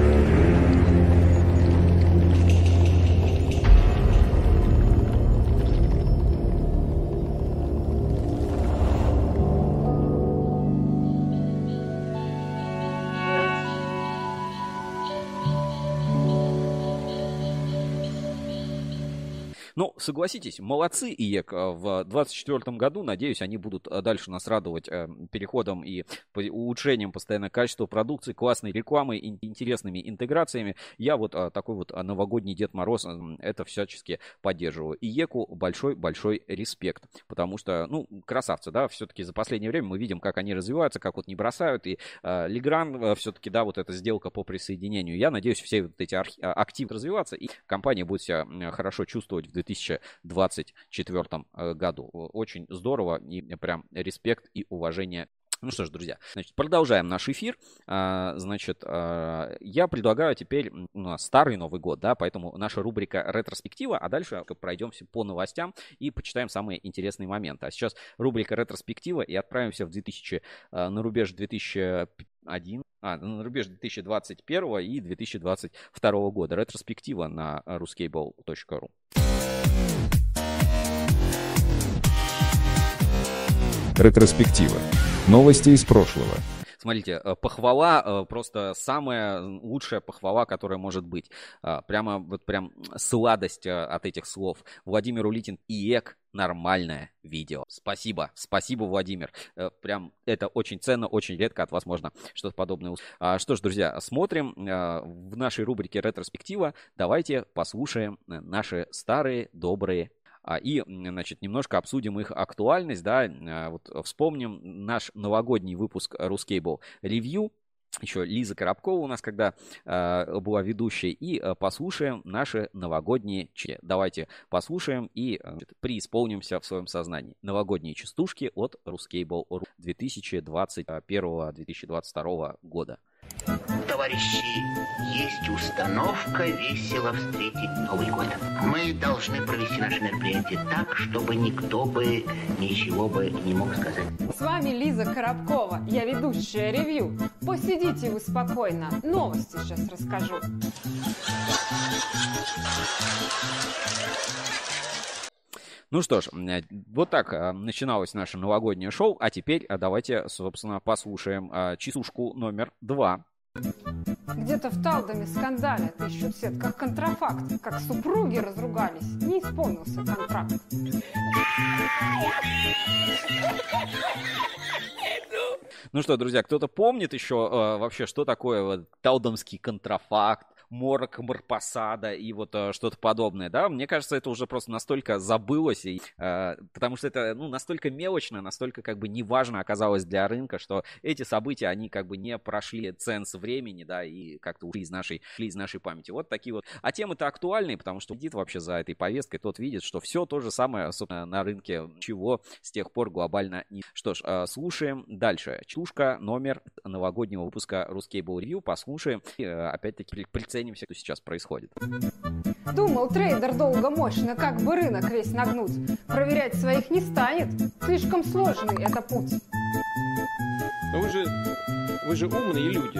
Ну, согласитесь, молодцы ИЕК в двадцать четвёртом году. Надеюсь, они будут дальше нас радовать переходом и улучшением постоянно качества продукции, классной рекламой, интересными интеграциями. Я вот такой вот новогодний Дед Мороз это всячески поддерживаю. ИЕКу большой-большой респект, потому что, ну, красавцы, да, все-таки за последнее время мы видим, как они развиваются, как вот не бросают. И э, Legrand все-таки, да, вот эта сделка по присоединению. Я надеюсь, все вот эти архи- активы развиваться, и компания будет себя хорошо чувствовать в две тысячи двадцать четвёртом году. Очень здорово, и прям респект и уважение Ну что ж, друзья, значит, продолжаем наш эфир. А, значит, а, я предлагаю теперь, у нас старый Новый год, да, поэтому наша рубрика «Ретроспектива», а дальше пройдемся по новостям и почитаем самые интересные моменты. А сейчас рубрика «Ретроспектива» и отправимся в две тысячи, а, на рубеж две тысячи один, а, на рубеж две тысячи двадцать первого и две тысячи двадцать второго года. Ретроспектива на ruskable точка ру.
Ретроспектива. Новости из прошлого.
Смотрите, похвала, просто самая лучшая похвала, которая может быть. Прямо вот прям сладость от этих слов. Владимир Улитин, ИЭК, нормальное видео. Спасибо, спасибо, Владимир. Прям это очень ценно, очень редко от вас можно что-то подобное услышать. Что ж, друзья, смотрим в нашей рубрике «Ретроспектива». Давайте послушаем наши старые добрые и, значит, немножко обсудим их актуальность, да, вот вспомним наш новогодний выпуск Ruscable Review, еще Лиза Коробкова у нас когда э, была ведущей, и э, послушаем наши новогодние че. Давайте послушаем и э, преисполнимся в своем сознании. Новогодние частушки от Ruscable две тысячи двадцать первого — две тысячи двадцать второго года.
Товарищи, есть установка весело встретить Новый год. Мы должны провести наше мероприятие так, чтобы никто бы ничего бы не мог сказать.
С вами Лиза Коробкова, я ведущая ревью. Посидите вы спокойно, новости сейчас расскажу.
Ну что ж, вот так начиналось наше новогоднее шоу, а теперь давайте, собственно, послушаем частушку номер два.
Где-то в Талдоме скандалят, ищут сет, как контрафакт, как супруги разругались, не исполнился контракт.
Ну что, друзья, кто-то помнит еще э, вообще, что такое вот талдомский контрафакт, морок Марпасада и вот э, что-то подобное, да? Мне кажется, это уже просто настолько забылось, и, э, потому что это, ну, настолько мелочно, настолько как бы неважно оказалось для рынка, что эти события, они как бы не прошли ценз времени, да, и как-то ушли из нашей, шли из нашей памяти. Вот такие вот. А темы-то актуальные, потому что сидит вообще за этой повесткой, тот видит, что все то же самое, собственно, на рынке, чего с тех пор глобально не... Что ж, э, слушаем дальше. Чушка номер новогоднего выпуска Ruscable Review. Послушаем и, э, опять-таки, приценимся, что сейчас происходит.
Думал трейдер долго мощно, как бы рынок весь нагнуть. Проверять своих не станет, слишком сложный это путь.
Но вы же, вы же умные люди.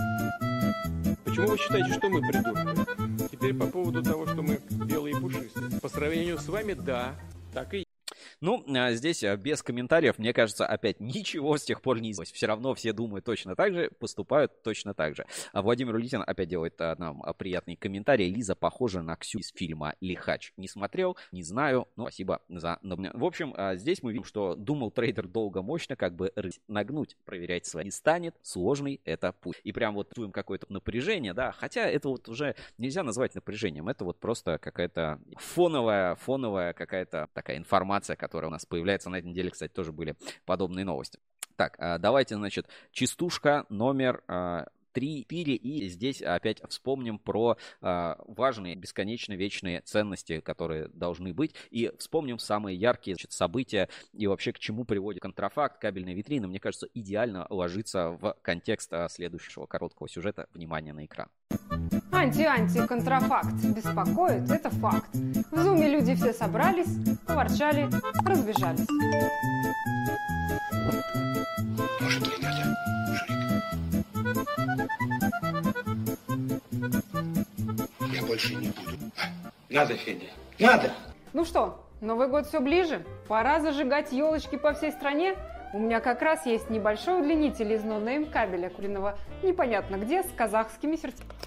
Почему вы считаете, что мы придурки? Теперь по поводу того, что мы белые и пушистые. По сравнению с вами, да, так и есть.
Ну, здесь без комментариев, мне кажется, опять ничего с тех пор не изменилось. Все равно все думают точно так же, поступают точно так же. А Владимир Улитин опять делает нам приятный комментарий. Лиза похожа на Ксю из фильма «Лихач». Не смотрел, не знаю, но спасибо за... В общем, здесь мы видим, что думал трейдер долго, мощно, как бы рыть, нагнуть, проверять свои не станет. Сложный это путь. И прям вот чувствуем какое-то напряжение, да, хотя это вот уже нельзя назвать напряжением. Это вот просто какая-то фоновая, фоновая какая-то такая информация, которая у нас появляется. На этой неделе, кстати, тоже были подобные новости. Так, давайте, значит, частушка номер три, четыре. И здесь опять вспомним про важные, бесконечно вечные ценности, которые должны быть. И вспомним самые яркие, значит, события и вообще к чему приводит контрафакт, кабельная витрина. Мне кажется, идеально ложится в контекст следующего короткого сюжета. Внимание на экран.
Анти-анти-контрафакт беспокоит, это факт. В зуме люди все собрались, поворчали, разбежались.
Может ли надо, Шурик? Я больше не буду. Надо, Федя, надо!
Ну что, Новый год все ближе? Пора зажигать елочки по всей стране? У меня как раз есть небольшой удлинитель из ноунейм кабеля, куриного непонятно где, с казахскими сертификатами.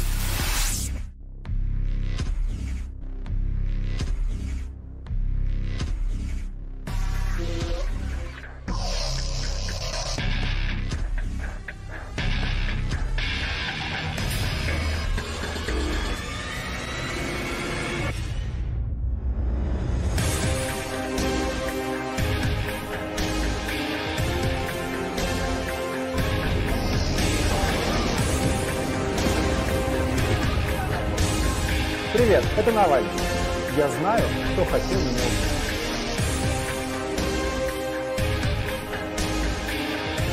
Привет, это Навальный. Я знаю, что хотел меня убить.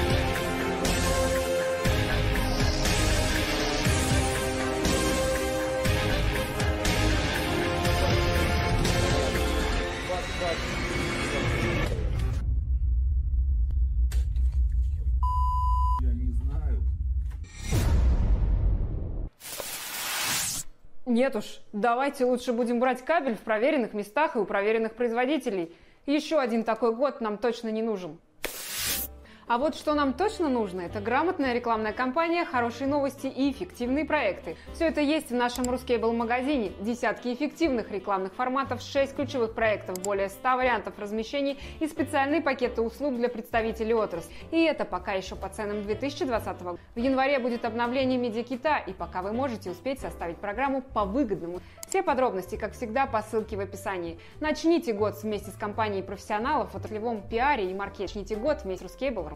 Нет уж, давайте лучше будем брать кабель в проверенных местах и у проверенных производителей. Еще один такой год нам точно не нужен. А вот что нам точно нужно, это грамотная рекламная кампания, хорошие новости и эффективные проекты. Все это есть в нашем Ruscable магазине. Десятки эффективных рекламных форматов, шесть ключевых проектов, более ста вариантов размещений и специальные пакеты услуг для представителей отрасли. И это пока еще по ценам две тысячи двадцатого года. В январе будет обновление медиакита, и пока вы можете успеть составить программу по выгодному. Все подробности, как всегда, по ссылке в описании. Начните год вместе с компанией профессионалов в отраслевом пиаре и маркетинге. Начните год вместе с Ruscable.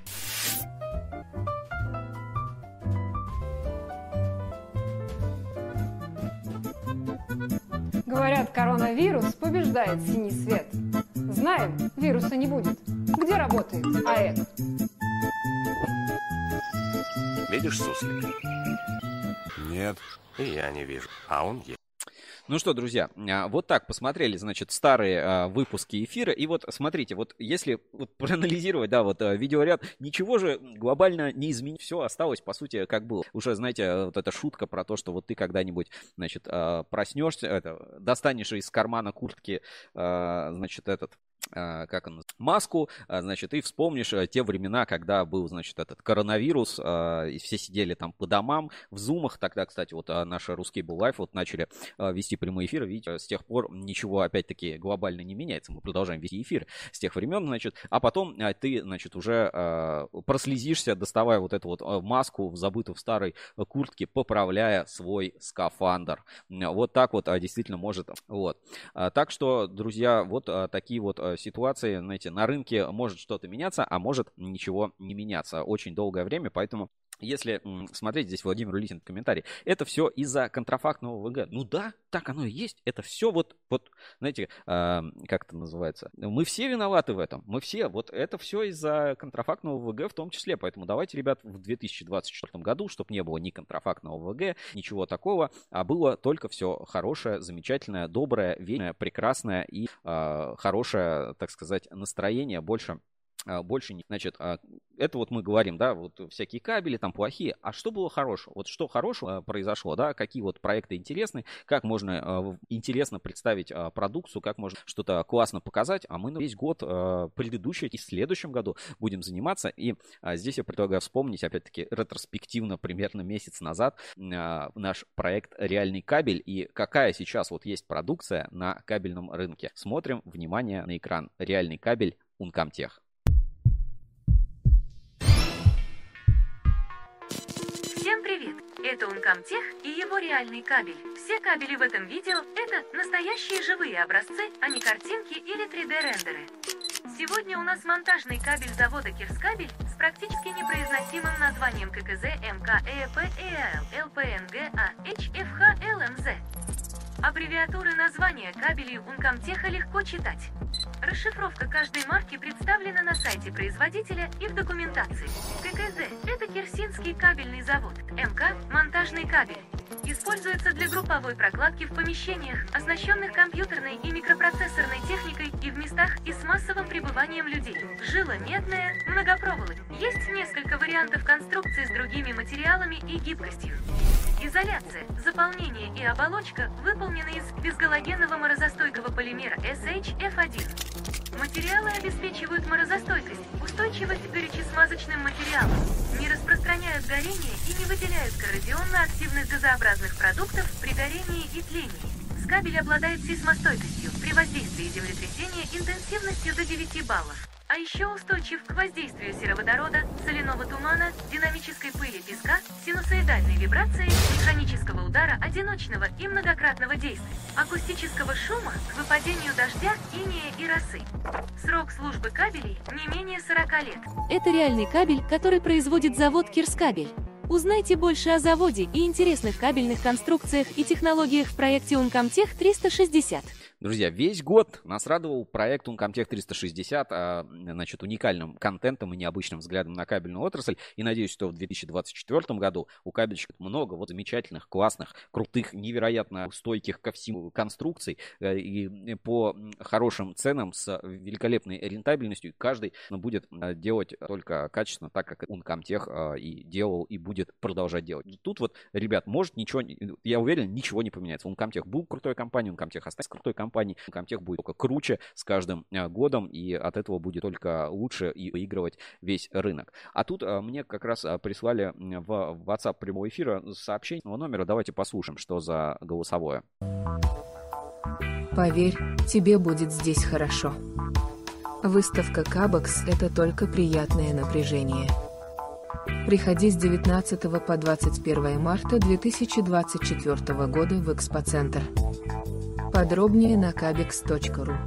Говорят, коронавирус побеждает синий свет. Знаем, вируса не будет. Где работает АЭК?
Видишь суслика?
Нет.
И я не вижу, а он есть.
Ну что, друзья, вот так посмотрели, значит, старые а, выпуски эфира. И вот смотрите, вот если вот проанализировать, да, вот видеоряд, ничего же глобально не изменилось. Все осталось, по сути, как было. Уже, знаете, вот эта шутка про то, что вот ты когда-нибудь, значит, проснешься, это, достанешь из кармана куртки, значит, этот... как он, маску, значит, и вспомнишь те времена, когда был, значит, этот коронавирус, и все сидели там по домам, в зумах. Тогда, кстати, вот наша Ruscable Live вот начали вести прямые эфиры. Видите, с тех пор ничего, опять-таки, глобально не меняется. Мы продолжаем вести эфир с тех времен, значит, а потом ты, значит, уже прослезишься, доставая вот эту вот маску, забытую в старой куртке, поправляя свой скафандр. Вот так вот действительно может. Вот. Так что, друзья, вот такие вот ситуации, знаете, на рынке может что-то меняться, а может ничего не меняться очень долгое время, поэтому если смотреть, здесь Владимир Улитин в комментарии, это все из-за контрафактного ВГ. Ну да, так оно и есть. Это все вот, вот знаете, э, как это называется? Мы все виноваты в этом. Мы все. Вот это все из-за контрафактного ВГ в том числе. Поэтому давайте, ребят, в две тысячи двадцать четвёртом году, чтобы не было ни контрафактного ВГ, ничего такого, а было только все хорошее, замечательное, доброе, вечное, прекрасное и э, хорошее, так сказать, настроение больше. Больше не. Значит, это вот мы говорим, да, вот всякие кабели там плохие. А что было хорошего? Вот что хорошего произошло, да, какие вот проекты интересны, как можно интересно представить продукцию, как можно что-то классно показать. А мы весь год предыдущий и в следующем году будем заниматься. И здесь я предлагаю вспомнить, опять-таки, ретроспективно, примерно месяц назад, наш проект «Реальный кабель» и какая сейчас вот есть продукция на кабельном рынке. Смотрим, внимание на экран. «Реальный кабель» Uncomtech.
Всем привет! Это Uncomtech и его реальный кабель. Все кабели в этом видео – это настоящие живые образцы, а не картинки или три дэ рендеры. Сегодня у нас монтажный кабель завода Кирскабель с практически непроизносимым названием ка ка зэ эм ка э пэ э а эл эл пэ эн гэ а эйч эф ха эл эм зэ. Аббревиатуры названия кабелей Uncomtech легко читать. Расшифровка каждой марки представлена на сайте производителя и в документации. ка ка зэ – это Кирсинский кабельный завод. эм ка – монтажный кабель. Используется для групповой прокладки в помещениях, оснащенных компьютерной и микропроцессорной техникой и в местах и с массовым пребыванием людей. Жила медная, многопроволок. Есть несколько вариантов конструкции с другими материалами и гибкостью. Изоляция, заполнение и оболочка выполнены из безгалогенового морозостойкого полимера эс эйч эф один. Материалы обеспечивают морозостойкость, устойчивость к горячесмазочным материалам, не распространяют горение и не выделяют коррозионно-активных газообразных продуктов при горении и тлении. Скабель обладает сейсмостойкостью, при воздействии землетрясения интенсивностью до девяти баллов. А еще устойчив к воздействию сероводорода, соляного тумана, динамической пыли песка, синусоидальной вибрации, механического удара одиночного и многократного действия, акустического шума к выпадению дождя, инея и росы. Срок службы кабелей не менее сорока лет.
Это реальный кабель, который производит завод Кирскабель. Узнайте больше о заводе и интересных кабельных конструкциях и технологиях в проекте Uncomtech триста шестьдесят.
Друзья, весь год нас радовал проект Uncomtech триста шестьдесят, значит, уникальным контентом и необычным взглядом на кабельную отрасль. И надеюсь, что в две тысячи двадцать четвёртом году у кабельщиков много вот замечательных, классных, крутых, невероятно стойких ко всему конструкций и по хорошим ценам с великолепной рентабельностью. Каждый будет делать только качественно, так как Uncomtech и делал, и будет продолжать делать. Тут вот, ребят, может ничего, я уверен, ничего не поменяется. Uncomtech был крутой компанией, Uncomtech останется крутой компанией. Uncomtech будет только круче с каждым годом, и от этого будет только лучше и выигрывать весь рынок. А тут мне как раз прислали в WhatsApp прямого эфира сообщение номера. Давайте послушаем, что за голосовое.
Поверь, тебе будет здесь хорошо. Выставка Кабекс – это только приятное напряжение. Приходи с девятнадцатого по двадцать первое марта две тысячи двадцать четвёртого года в Экспоцентр. Подробнее на кабекс точка ру.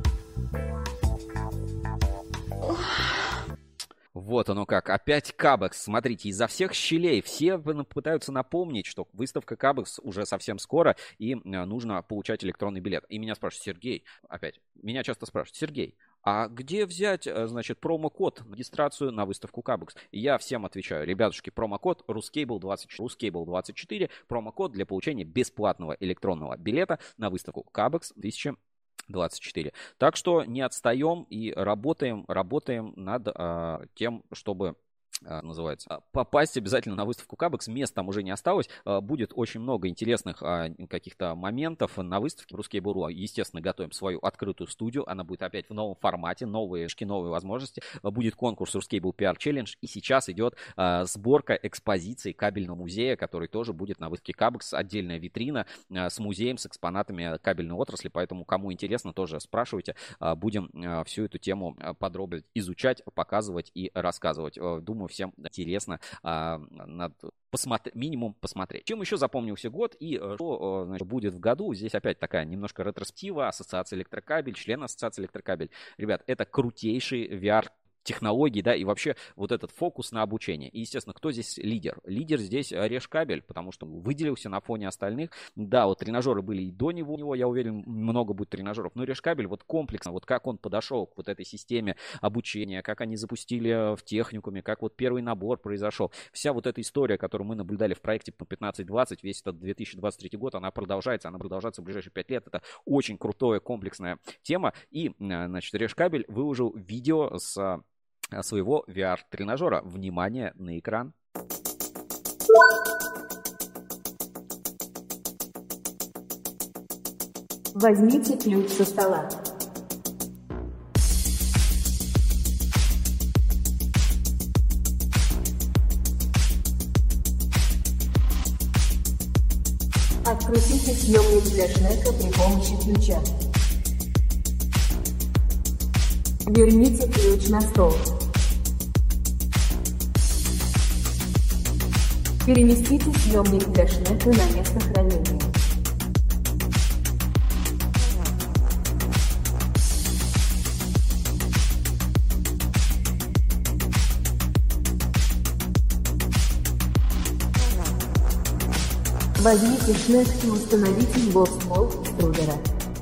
Вот оно как. Опять Кабекс. Смотрите, изо всех щелей все пытаются напомнить, что выставка Кабекс уже совсем скоро, и нужно получать электронный билет. И меня спрашивают, Сергей, опять, меня часто спрашивают, Сергей, а где взять, значит, промокод на регистрацию на выставку Кабекс? И я всем отвечаю, ребятушки, промокод Ruscable двадцать четыре, Ruscable двадцать четыре, промокод для получения бесплатного электронного билета на выставку Кабекс две тысячи двадцать четыре. Так что не отстаем и работаем, работаем над а, тем, чтобы... называется, попасть обязательно на выставку Кабекс. Мест там уже не осталось. Будет очень много интересных каких-то моментов на выставке. Ruscable, естественно, готовим свою открытую студию. Она будет опять в новом формате, новые шки, новые возможности. Будет конкурс Ruscable пи ар Challenge. И сейчас идет сборка экспозиций кабельного музея, который тоже будет на выставке Кабекс. Отдельная витрина с музеем, с экспонатами кабельной отрасли. Поэтому, кому интересно, тоже спрашивайте. Будем всю эту тему подробно изучать, показывать и рассказывать. Думаю, всем интересно, а, надо посмотри, минимум посмотреть. Чем еще запомнился год и что, значит, будет в году? Здесь опять такая немножко ретроспектива. Ассоциация Электрокабель, член Ассоциации Электрокабель. Ребят, это крутейший ви ар технологий, да, и вообще вот этот фокус на обучение. И, естественно, кто здесь лидер? Лидер здесь Решкабель, потому что выделился на фоне остальных. Да, вот тренажеры были и до него, у него, я уверен, много будет тренажеров, но Решкабель вот комплексно, вот как он подошел к вот этой системе обучения, как они запустили в техникуме, как вот первый набор произошел. Вся вот эта история, которую мы наблюдали в проекте по пятнадцать двадцать, весь этот две тысячи двадцать третий год, она продолжается, она продолжается в ближайшие пять лет. Это очень крутая комплексная тема. И, значит, Решкабель выложил видео с своего ви ар-тренажера. Внимание на экран.
Возьмите ключ со стола. Открутите съемник для шнека при помощи ключа. Верните ключ на стол. Переместите съемник для шнека на место хранения. Возьмите шнек и установите его в ствол экструдера.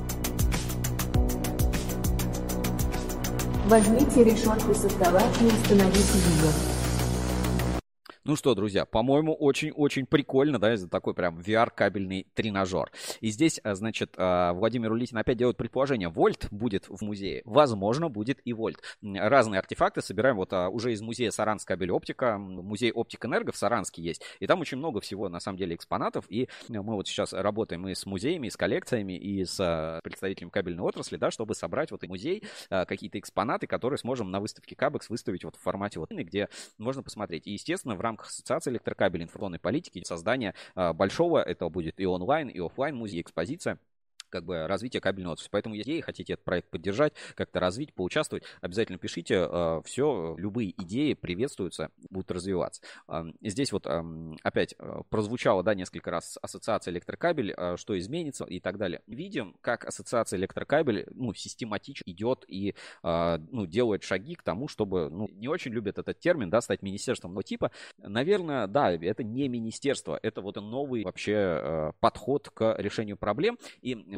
Возьмите решетку со стола и установите ее.
Ну что, друзья, по-моему, очень-очень прикольно, да, это такой прям ви ар-кабельный тренажер. И здесь, значит, Владимир Улитин опять делает предположение. Вольт будет в музее. Возможно, будет и Вольт. Разные артефакты собираем вот уже из музея Саранск кабель оптика. Музей Оптик Энерго в Саранске есть. И там очень много всего, на самом деле, экспонатов. И мы вот сейчас работаем и с музеями, и с коллекциями, и с представителями кабельной отрасли, да, чтобы собрать вот и музей, какие-то экспонаты, которые сможем на выставке Кабекс выставить вот в формате вот, где можно посмотреть. И, естественно, в рамках Ассоциации Электрокабель информационной политики создание а, большого, это будет и онлайн, и офлайн музей, экспозиция, как бы развитие кабельной отрасли. Поэтому, если хотите этот проект поддержать, как-то развить, поучаствовать, обязательно пишите. Э, все, любые идеи приветствуются, будут развиваться. Э, здесь вот э, опять э, прозвучало, да, несколько раз Ассоциация Электрокабель, э, что изменится и так далее. Видим, как Ассоциация Электрокабель, ну, систематично идет и, э, ну, делает шаги к тому, чтобы, ну, не очень любят этот термин, да, стать министерством нового типа. Наверное, да, это не министерство, это вот новый вообще э, подход к решению проблем. И тут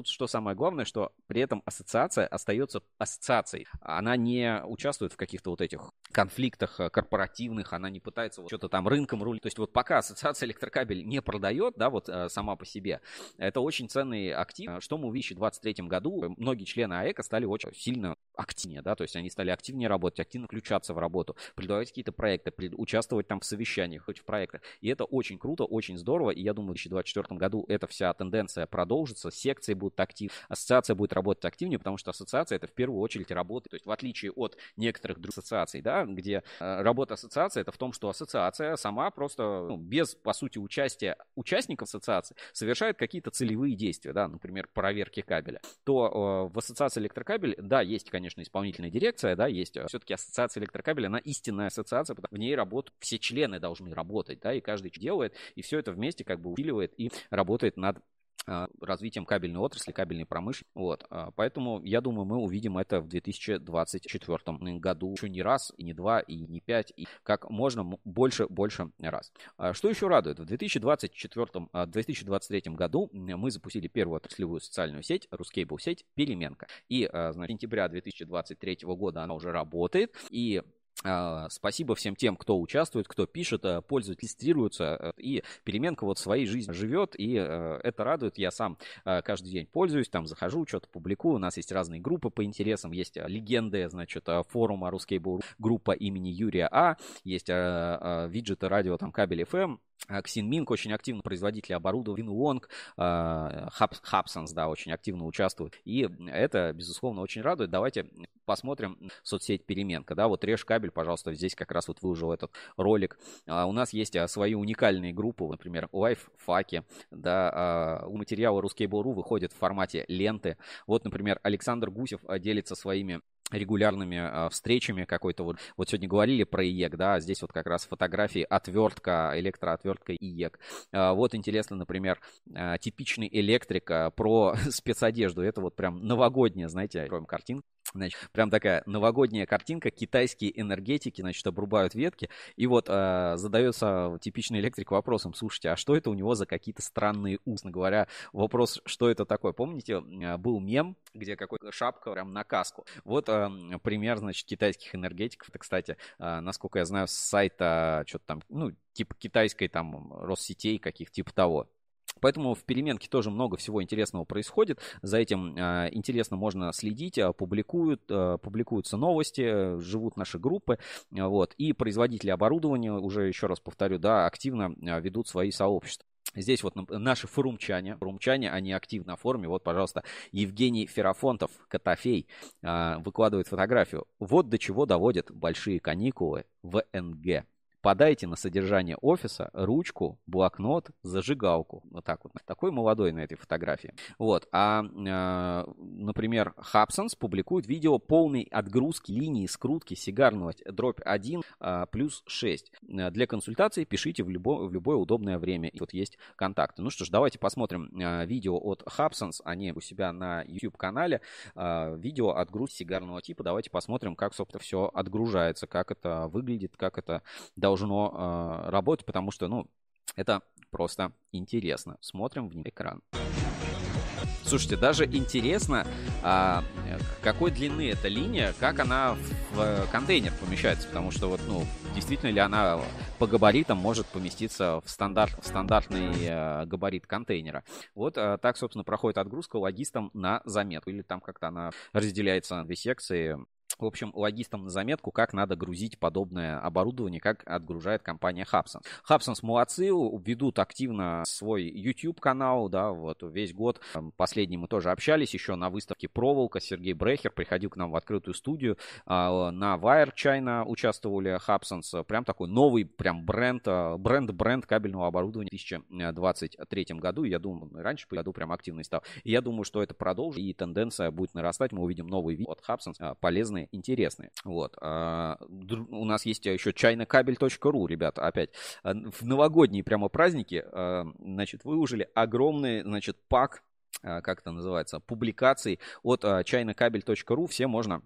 тут что самое главное, что при этом ассоциация остается ассоциацией. Она не участвует в каких-то вот этих конфликтах корпоративных, она не пытается вот что-то там рынком рулить. То есть вот пока ассоциация электрокабель не продает, да, вот сама по себе, это очень ценный актив. Что мы в две тысячи двадцать третьем году, многие члены АЭКа стали очень сильно активнее, да, то есть они стали активнее работать, активно включаться в работу, предлагать какие-то проекты, пред, участвовать там в совещаниях, хоть в проектах. И это очень круто, очень здорово, и я думаю, в две тысячи двадцать четвёртом году эта вся тенденция продолжится, секции будут активны, ассоциация будет работать активнее, потому что ассоциация это в первую очередь работа, то есть в отличие от некоторых других ассоциаций, да, где э, работа ассоциации это в том, что ассоциация сама просто ну, без, по сути, участия участников ассоциации совершает какие-то целевые действия, да, например, проверки кабеля, то э, в ассоциации электрокабель, да, есть, конечно, исполнительная дирекция, да, есть все-таки ассоциация электрокабеля, она истинная ассоциация, потому что в ней работают, все члены должны работать, да, и каждый делает, и все это вместе как бы усиливает и работает над развитием кабельной отрасли, кабельной промышленности. Вот. Поэтому, я думаю, мы увидим это в две тысячи двадцать четвёртом году еще не раз, и не два, и не пять, и как можно больше, больше раз. Что еще радует? В две тысячи двадцать четвёртом, две тысячи двадцать третьем году мы запустили первую отраслевую социальную сеть, Рускейбл сеть «Переменка». И, значит, с сентября две тысячи двадцать третьего года она уже работает, и спасибо всем тем, кто участвует, кто пишет, пользуется, регистрируется, и переменка вот своей жизнью живет, и это радует. Я сам каждый день пользуюсь, там захожу, что-то публикую, у нас есть разные группы по интересам, есть легенды, значит, форума Рускейбл, группа имени Юрия А, есть виджеты радио, там, Кабель эф эм, Ксинминк очень активно, производители оборудования, Винлонг, Хабсонс, да, очень активно участвуют. И это, безусловно, очень радует. Давайте посмотрим соцсеть Переменка. Да, вот Режь Кабель, пожалуйста, здесь как раз вот выложил этот ролик. У нас есть свои уникальные группы, например, лайффаки, да, у материала Ruskable.ru выходит в формате ленты. Вот, например, Александр Гусев делится своими регулярными э, встречами какой-то вот. Вот сегодня говорили про ИЕК, да, здесь вот как раз фотографии отвертка, электроотвертка ИЕК. Э, вот интересно, например, э, типичный электрик э, про спецодежду. Это вот прям новогодняя, знаете, откроем картинку. Значит, прям такая новогодняя картинка, китайские энергетики, значит, обрубают ветки, и вот э, задается типичный электрик вопросом: слушайте, а что это у него за какие-то странные, устно говоря, вопрос, что это такое? Помните, был мем, где какая-то шапка прям на каску? Вот э, пример, значит, китайских энергетиков. Это, кстати, э, насколько я знаю, с сайта что-то там, ну, типа китайской там Россетей, каких типа того. Поэтому в Переменке тоже много всего интересного происходит. За этим э, интересно можно следить. Публикуют, э, публикуются новости, живут наши группы. Э, вот, и производители оборудования, уже еще раз повторю, да, активно э, ведут свои сообщества. Здесь вот наши форумчане, форумчане, они активно на форуме. Вот, пожалуйста, Евгений Ферафонтов, Котофей, э, выкладывает фотографию. Вот до чего доводят большие каникулы в эн гэ. Подайте на содержание офиса ручку, блокнот, зажигалку. Вот так вот. Такой молодой на этой фотографии. Вот. А, э, например, Хабсонс публикует видео полной отгрузки линии скрутки сигарного дробь один э, плюс шесть. Для консультации пишите в любое, в любое удобное время. И вот есть контакты. Ну что ж, давайте посмотрим э, видео от Хабсонс. Они у себя на YouTube-канале. Э, видео отгрузки сигарного типа. Давайте посмотрим, как, собственно, все отгружается, как это выглядит, как это должно должно э, работать, потому что, ну, это просто интересно. Смотрим в экран. Слушайте, даже интересно, а, какой длины эта линия, как она в контейнер помещается, потому что вот, ну, действительно ли она по габаритам может поместиться в, стандарт, в стандартный а, габарит контейнера. Вот а, так, собственно, проходит отгрузка логистам на заметку, или там как-то она разделяется на две секции. В общем, логистам на заметку, как надо грузить подобное оборудование, как отгружает компания Хабсонс. Хабсонс молодцы, ведут активно свой YouTube-канал, да, вот весь год. Последний мы тоже общались еще на выставке «Проволока». Сергей Брехер приходил к нам в открытую студию. На Wire China участвовали Хабсонс. Прям такой новый прям бренд, бренд-бренд кабельного оборудования в две тысячи двадцать третьем году. Я думаю, раньше по году прям активный стал. И я думаю, что это продолжится, и тенденция будет нарастать. Мы увидим новые видео от Хабсонс, полезные, интересные. Вот. А, у нас есть еще чайна кабель точка ру, ребята, опять. В новогодние прямо праздники, а, значит, выложили огромный, значит, пак, а, как это называется, публикаций от чайна кабель точка ру. Все можно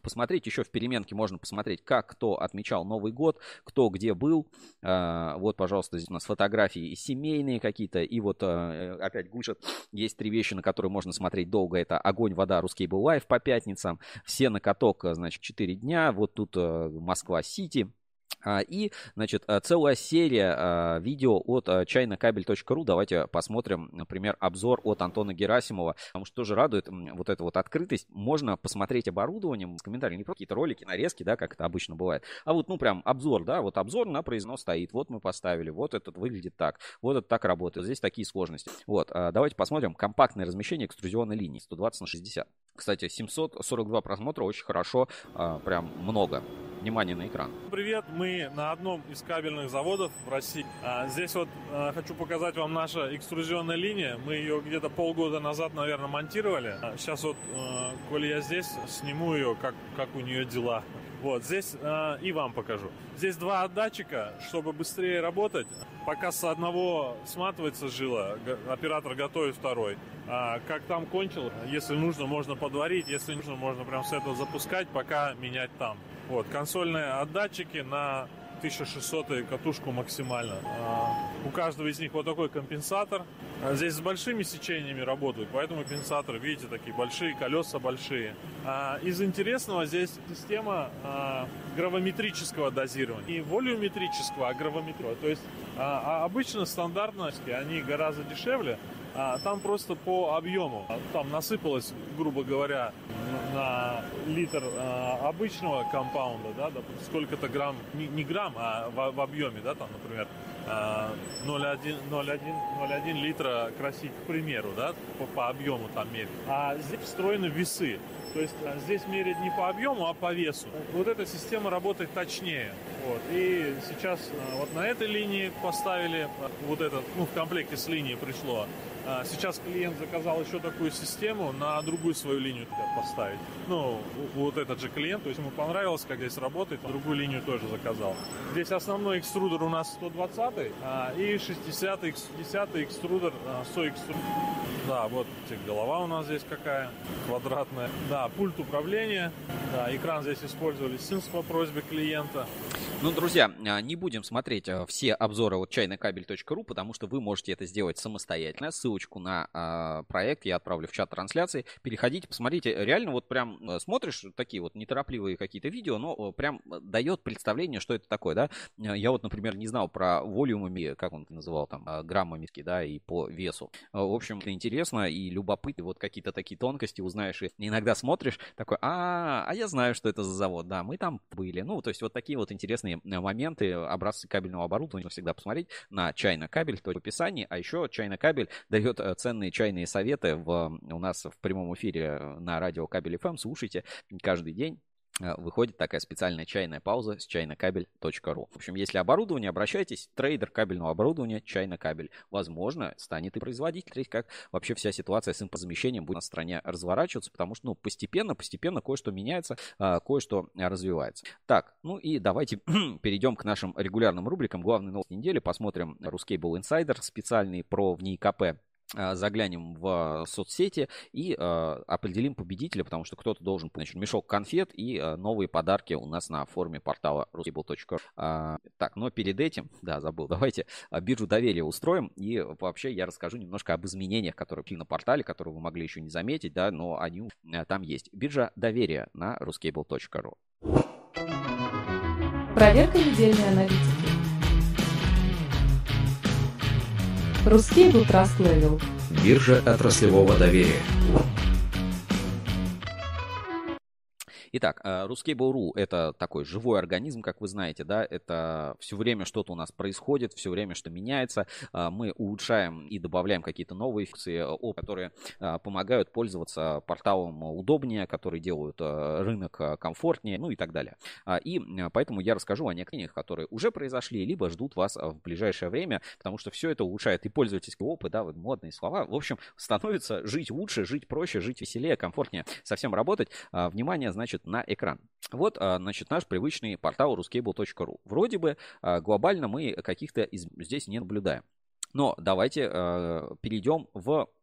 посмотреть еще в переменке, можно посмотреть, как кто отмечал Новый год, кто где был. Вот, пожалуйста, здесь у нас фотографии семейные какие-то. И вот опять Гуша, есть три вещи, на которые можно смотреть долго. Это огонь, вода, Ruscable Live по пятницам. Все на каток, значит, четыре дня. Вот тут Москва-Сити. И, значит, целая серия видео от чайнокабель точка ру. Давайте посмотрим, например, обзор от Антона Герасимова, потому что тоже радует вот эта вот открытость. Можно посмотреть оборудованием, комментарии, не просто какие-то ролики, нарезки, да, как это обычно бывает, а вот, ну, прям обзор, да, вот обзор на производство стоит, вот мы поставили, вот этот выглядит так, вот это так работает, здесь такие сложности. Вот, давайте посмотрим компактное размещение экструзионной линии сто двадцать на шестьдесят. Кстати, семьсот сорок два просмотра, очень хорошо, прям много. Внимание на экран.
Привет, мы на одном из кабельных заводов в России. А, здесь вот а, хочу показать вам наша экструзионная линия. Мы ее где-то полгода назад, наверное, монтировали. А, сейчас вот, а, коли я здесь, сниму ее, как, как у нее дела. Вот, здесь а, и вам покажу. Здесь два датчика, чтобы быстрее работать. Пока с одного сматывается жила, оператор готовит второй. А, как там кончил, если нужно, можно подварить. Если нужно, можно прям с этого запускать, пока менять там. Вот, консольные датчики на тысяча шестьсот катушку максимально. А, у каждого из них вот такой компенсатор. А здесь с большими сечениями работают, поэтому компенсаторы, видите, такие большие, колеса большие. А, из интересного здесь система а, гравометрического дозирования. Не волюметрического, а гравометрического. То есть а, обычно стандартно они гораздо дешевле. А, там просто по объему. Там насыпалось, грубо говоря, на литр а, обычного компаунда, да, сколько-то грамм, не, не грамм, а в, в объеме, да, там, например, а, ноль целых одна десятая литра красить, к примеру, да, по, по объему там мерить. А здесь встроены весы. То есть а, здесь меряют не по объему, а по весу. Вот эта система работает точнее. Вот. И сейчас а, вот на этой линии поставили, а, вот это, ну, в комплекте с линией пришло. А, сейчас клиент заказал еще такую систему на другую свою линию туда поставить. Ну, вот этот же клиент, то есть ему понравилось, как здесь работает, другую линию тоже заказал. Здесь основной экструдер у нас сто двадцатый а, и шестидесятый экструдер, а, соэкструдер. Да, вот голова у нас здесь какая квадратная. Да, пульт управления. Да, экран здесь использовали Sims по просьбе клиента.
Ну, друзья, не будем смотреть все обзоры от чайнокабель точка ру, потому что вы можете это сделать самостоятельно. Ссылочку на э, проект я отправлю в чат трансляции. Переходите, посмотрите. Реально вот прям смотришь такие вот неторопливые какие-то видео, но прям дает представление, что это такое, да. Я вот, например, не знал про волюмами, как он называл там, граммами, да, и по весу. В общем, интересно и любопытно. Вот какие-то такие тонкости узнаешь. И иногда смотришь, такой, а, а я знаю, что это за завод. Да, мы там были. Ну, то есть вот такие вот интересные моменты, образцы кабельного оборудования всегда посмотреть на чайнокабель, то в описании. А еще чайнокабель дает ценные чайные советы в, у нас в прямом эфире на радио Кабель эф эм. Слушайте каждый день. Выходит такая специальная чайная пауза с чайнокабель точка ру. В общем, если оборудование, обращайтесь. Трейдер кабельного оборудования Чайнокабель. Возможно, станет и производитель. Как вообще вся ситуация с импортозамещением будет на стране разворачиваться, потому что, ну, постепенно, постепенно кое-что меняется, кое-что развивается. Так, ну и давайте перейдем к нашим регулярным рубрикам. Главные новости недели. Посмотрим Ruscable Insider специальный про ВНИИ КП. Заглянем в соцсети и э, определим победителя, потому что кто-то должен получить мешок конфет и э, новые подарки у нас на форуме портала ruscable точка ру. А, так, но перед этим, да, забыл, давайте биржу доверия устроим, и вообще я расскажу немножко об изменениях, которые на портале, которые вы могли еще не заметить, да, но они э, там есть. Биржа доверия на ruscable точка ру.
Проверка недельной аналитики. Ruscable Trust Level.
Биржа отраслевого доверия.
Итак, Ruscable точка ру это такой живой организм, как вы знаете, да, это все время что-то у нас происходит, все время что меняется, мы улучшаем и добавляем какие-то новые функции, которые помогают пользоваться порталом удобнее, которые делают рынок комфортнее, ну и так далее. И поэтому я расскажу о некоторых, которые уже произошли, либо ждут вас в ближайшее время, потому что все это улучшает и пользовательский опыт, да, вот модные слова, в общем, становится жить лучше, жить проще, жить веселее, комфортнее, совсем работать. Внимание, значит, на экран. Вот, значит, наш привычный портал ruscable точка ру. Вроде бы глобально мы каких-то из... здесь не наблюдаем. Но давайте э, перейдем в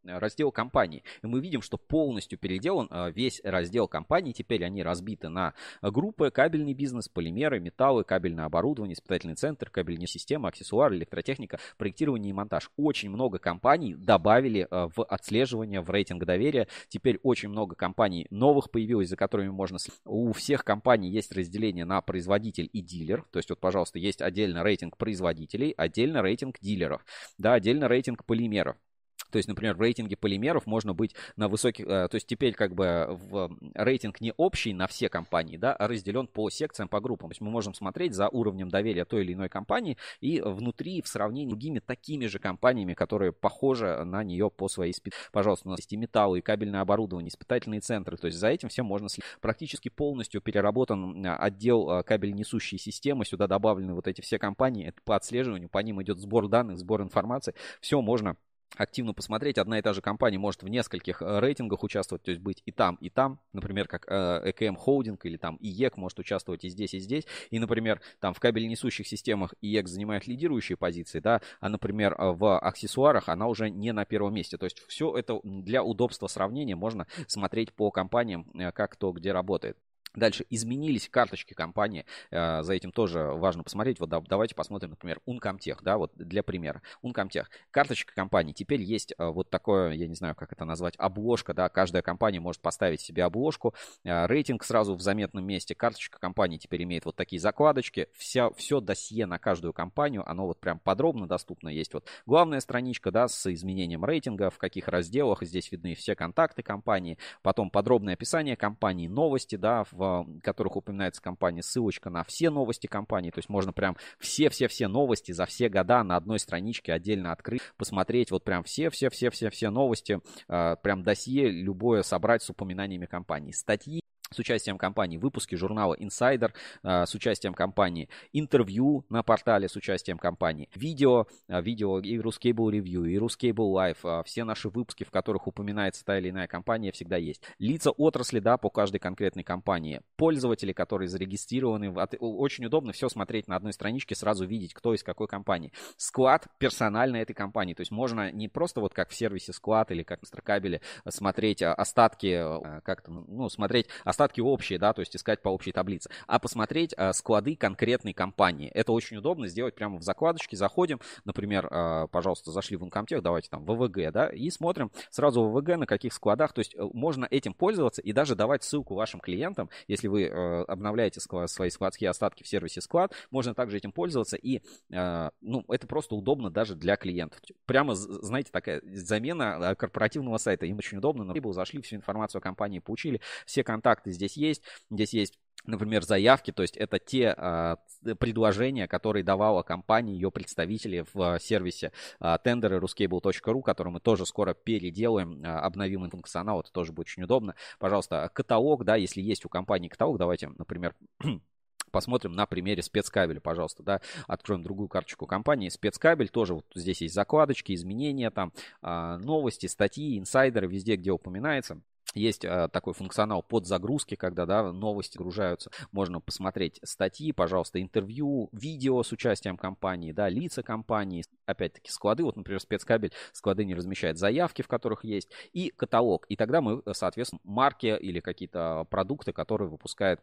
раздел компании. И мы видим, что полностью переделан весь раздел компании. Теперь они разбиты на группы: кабельный бизнес, полимеры, металлы, кабельное оборудование, испытательный центр, кабельные системы, аксессуары, электротехника, проектирование и монтаж. Очень много компаний добавили в отслеживание, в рейтинг доверия. Теперь очень много компаний новых появилось, за которыми можно следить. У всех компаний есть разделение на производитель и дилер. То есть вот, пожалуйста, есть отдельно рейтинг производителей, отдельно рейтинг дилеров, да, отдельно рейтинг полимеров. То есть, например, в рейтинге полимеров можно быть на высоких... То есть теперь как бы в рейтинг не общий на все компании, да, а разделен по секциям, по группам. То есть мы можем смотреть за уровнем доверия той или иной компании и внутри в сравнении с другими такими же компаниями, которые похожи на нее по своей специфике. Пожалуйста, у нас есть и металлы, и кабельное оборудование, испытательные центры. То есть за этим всем можно следить. Практически полностью переработан отдел кабельнесущей системы. Сюда добавлены вот эти все компании. Это по отслеживанию, по ним идет сбор данных, сбор информации. Все можно активно посмотреть. Одна и та же компания может в нескольких рейтингах участвовать, то есть быть и там, и там. Например, как э ка эм Holding или там и е и си может участвовать и здесь, и здесь. И, например, там в кабельнесущих системах и е и си занимает лидирующие позиции, да, а, например, в аксессуарах она уже не на первом месте. То есть все это для удобства сравнения можно смотреть по компаниям, как кто где работает. Дальше изменились карточки компании, за этим тоже важно посмотреть. Вот давайте посмотрим, например, Uncomtech, да, вот для примера. Uncomtech. Карточка компании. Теперь есть вот такое, я не знаю, как это назвать, обложка, да, каждая компания может поставить себе обложку, рейтинг сразу в заметном месте. Карточка компании теперь имеет вот такие закладочки. Вся, все досье на каждую компанию, оно вот прям подробно доступно. Есть вот главная страничка, да, с изменением рейтинга, в каких разделах. Здесь видны все контакты компании. Потом подробное описание компании, новости, да, в в которых упоминается компания, ссылочка на все новости компании. То есть можно прям все-все-все новости за все года на одной страничке отдельно открыть, посмотреть вот прям все-все-все-все-все новости, прям досье любое собрать с упоминаниями компании. Статьи с участием компании, выпуски журнала Insider э, с участием компании, интервью на портале с участием компании, видео, э, видео и Ruscable Review, и Ruscable Live, э, все наши выпуски, в которых упоминается та или иная компания, всегда есть. Лица отрасли, да, по каждой конкретной компании, пользователи, которые зарегистрированы, от, очень удобно все смотреть на одной страничке, сразу видеть, кто из какой компании. Склад персонально этой компании, то есть можно не просто вот как в сервисе склад или как в Стракабеле смотреть остатки, э, как-то, ну, смотреть остатки Остатки общие, да, то есть искать по общей таблице, а посмотреть а, склады конкретной компании. Это очень удобно сделать прямо в закладочке. Заходим, например, а, пожалуйста, зашли в Uncomtech, давайте там вэ вэ гэ, да, и смотрим сразу вэ вэ гэ на каких складах. То есть можно этим пользоваться и даже давать ссылку вашим клиентам, если вы а, обновляете склад, свои складские остатки в сервисе склад, можно также этим пользоваться и, а, ну, это просто удобно даже для клиентов. Прямо, знаете, такая замена корпоративного сайта. Им очень удобно. На Ruscable зашли, всю информацию о компании получили, все контакты здесь есть, здесь есть, например, заявки, то есть это те а, предложения, которые давала компания, ее представители в сервисе а, тендеры ruscable точка ру, который мы тоже скоро переделаем, а, обновим функционал, это тоже будет очень удобно. Пожалуйста, каталог, да, если есть у компании каталог, давайте, например, посмотрим на примере спецкабеля, пожалуйста, да, откроем другую карточку компании. Спецкабель, тоже вот здесь есть закладочки, изменения, там, а, новости, статьи, инсайдеры, везде, где упоминается. Есть а, такой функционал подзагрузки, когда, да, новости гружаются. Можно посмотреть статьи, пожалуйста, интервью, видео с участием компании, да, лица компании, опять-таки склады. Вот, например, спецкабель склады не размещает заявки, в которых есть, и каталог. И тогда мы, соответственно, марки или какие-то продукты, которые выпускает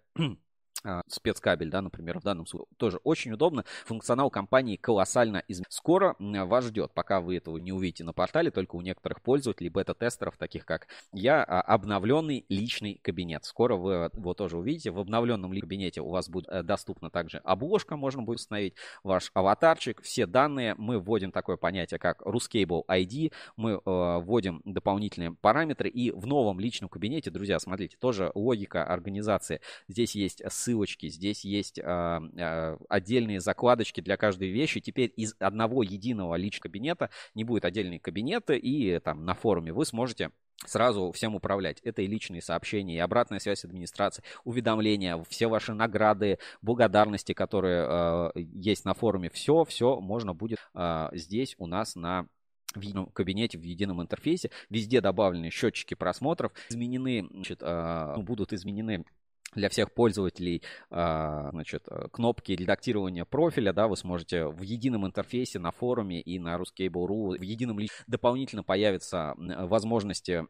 спецкабель, да, например, в данном случае. Тоже очень удобно. Функционал компании колоссально изменился. Скоро вас ждет, пока вы этого не увидите на портале, только у некоторых пользователей, бета-тестеров, таких как я, обновленный личный кабинет. Скоро вы его тоже увидите. В обновленном кабинете у вас будет доступна также обложка, можно будет установить ваш аватарчик, все данные. Мы вводим такое понятие, как Ruscable ай ди, мы э, вводим дополнительные параметры, и в новом личном кабинете, друзья, смотрите, тоже логика организации. Здесь есть ссылочки, здесь есть э, э, отдельные закладочки для каждой вещи. Теперь из одного единого личного кабинета не будет отдельные кабинеты, и там на форуме вы сможете сразу всем управлять. Это и личные сообщения, и обратная связь администрации, уведомления, все ваши награды, благодарности, которые э, есть на форуме. Все, все можно будет э, здесь у нас на в едином кабинете, в едином интерфейсе. Везде добавлены счетчики просмотров, изменены, значит, э, будут изменены для всех пользователей, значит, кнопки редактирования профиля, да, вы сможете в едином интерфейсе на форуме и на Ruscable точка ру в едином личном дополнительно появятся возможности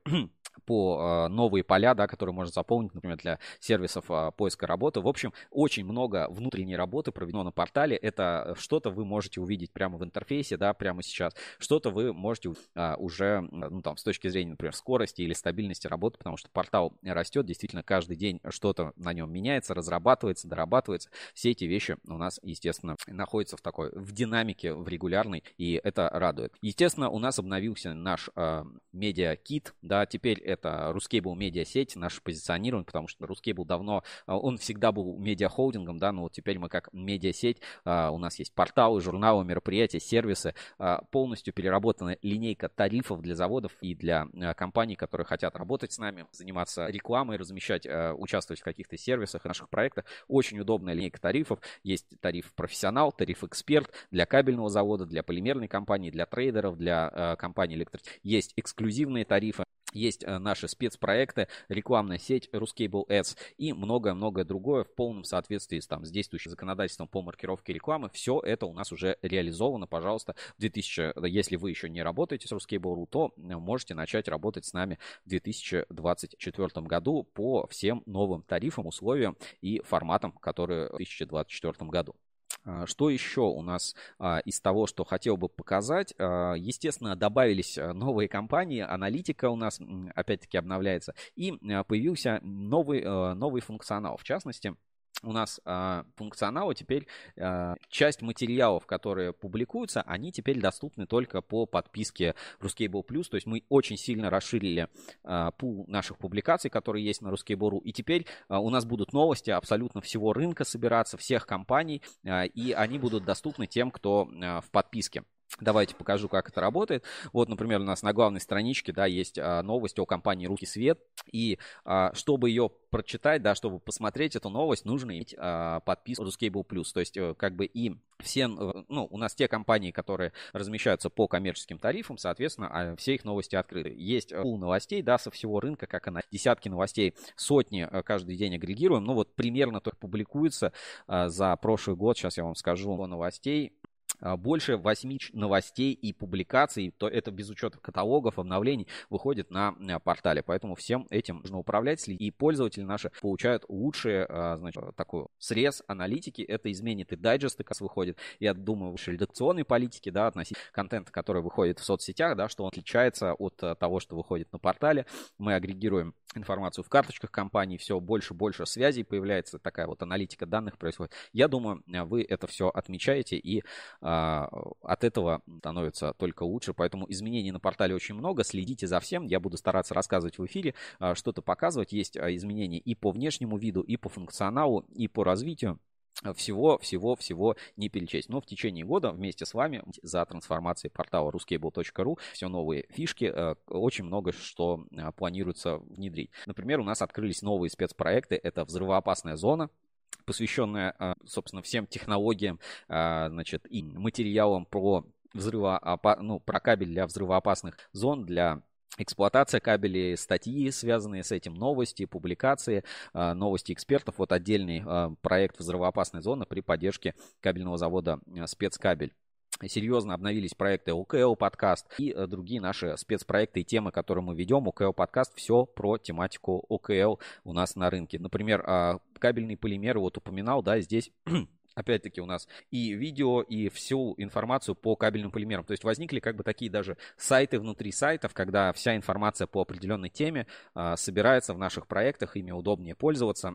по новые поля, да, которые можно заполнить, например, для сервисов поиска работы. В общем, очень много внутренней работы проведено на портале. Это что-то вы можете увидеть прямо в интерфейсе, да, прямо сейчас. Что-то вы можете уже, ну, там, с точки зрения, например, скорости или стабильности работы, потому что портал растет, действительно, каждый день что-то на нем меняется, разрабатывается, дорабатывается. Все эти вещи у нас, естественно, находятся в такой, в динамике, в регулярной, и это радует. Естественно, у нас обновился наш э, медиа-кит, да, теперь это Ruscable медиа-сеть, наше позиционирование, потому что Ruscable давно, э, он всегда был медиа-холдингом, да, но вот теперь мы как медиа-сеть, э, у нас есть порталы, журналы, мероприятия, сервисы, э, полностью переработана линейка тарифов для заводов и для э, компаний, которые хотят работать с нами, заниматься рекламой, размещать, э, участвовать в каких-то сервисах и наших проектах. Очень удобная линейка тарифов. Есть тариф профессионал, тариф эксперт для кабельного завода, для полимерной компании, для трейдеров, для э, компаний электро. Есть эксклюзивные тарифы. Есть наши спецпроекты, рекламная сеть Ruscable Ads и многое-многое другое в полном соответствии с, там, с действующим законодательством по маркировке рекламы. Все это у нас уже реализовано. Пожалуйста, в две тысячи, если вы еще не работаете с Ruscable точка ру, то можете начать работать с нами в две тысячи двадцать четвёртом году по всем новым тарифам, условиям и форматам, которые в две тысячи двадцать четвёртом году. Что еще у нас а, из того, что хотел бы показать? А, естественно, добавились новые компании, аналитика у нас опять-таки обновляется, и а, появился новый, а, новый функционал. В частности, у нас а, функционалы теперь, а, часть материалов, которые публикуются, они теперь доступны только по подписке Ruscable плюс. То есть мы очень сильно расширили а, пул наших публикаций, которые есть на Ruscable точка ру. И теперь а, у нас будут новости абсолютно всего рынка собираться, всех компаний, а, и они будут доступны тем, кто а, в подписке. Давайте покажу, как это работает. Вот, например, у нас на главной страничке, да, есть а, новость о компании «Русский свет». И а, чтобы ее прочитать, да, чтобы посмотреть эту новость, нужно иметь а, подписку Ruscable плюс. То есть, как бы и все, ну, у нас те компании, которые размещаются по коммерческим тарифам, соответственно, все их новости открыты. Есть пул новостей, да, со всего рынка, как и на десятки новостей, сотни каждый день агрегируем. Ну, вот примерно только публикуется а, за прошлый год, сейчас я вам скажу, новостей. Больше восьми новостей и публикаций, то это без учета каталогов, обновлений, выходит на портале. Поэтому всем этим нужно управлять, следить. И пользователи наши получают лучшие, значит, такой срез аналитики. Это изменит и дайджесты, как выходит. Я думаю, выше редакционной политики, да, относительно контента, который выходит в соцсетях, да, что он отличается от того, что выходит на портале. Мы агрегируем информацию в карточках компаний, все больше и больше связей появляется, такая вот аналитика данных происходит. Я думаю, вы это все отмечаете, и а, от этого становится только лучше, поэтому изменений на портале очень много, следите за всем, я буду стараться рассказывать в эфире, а, что-то показывать, есть а, изменения и по внешнему виду, и по функционалу, и по развитию. Всего, всего, всего не перечесть. Но в течение года вместе с вами за трансформацией портала Ruscable точка ру все новые фишки, очень много что планируется внедрить. Например, у нас открылись новые спецпроекты. Это взрывоопасная зона, посвященная, собственно, всем технологиям, значит, и материалам про взрывоопа... ну, про кабель для взрывоопасных зон, для эксплуатация кабелей, статьи, связанные с этим, новости, публикации, новости экспертов. Вот отдельный проект взрывоопасной зоны при поддержке кабельного завода «Спецкабель». Серьезно обновились проекты ОКЛ подкаст и другие наши спецпроекты и темы, которые мы ведем. ОКЛ подкаст, все про тематику ОКЛ у нас на рынке. Например, кабельные полимеры, вот упоминал, да, здесь... Опять-таки у нас и видео, и всю информацию по кабельным полимерам. То есть возникли как бы такие даже сайты внутри сайтов, когда вся информация по определенной теме а, собирается в наших проектах, ими удобнее пользоваться.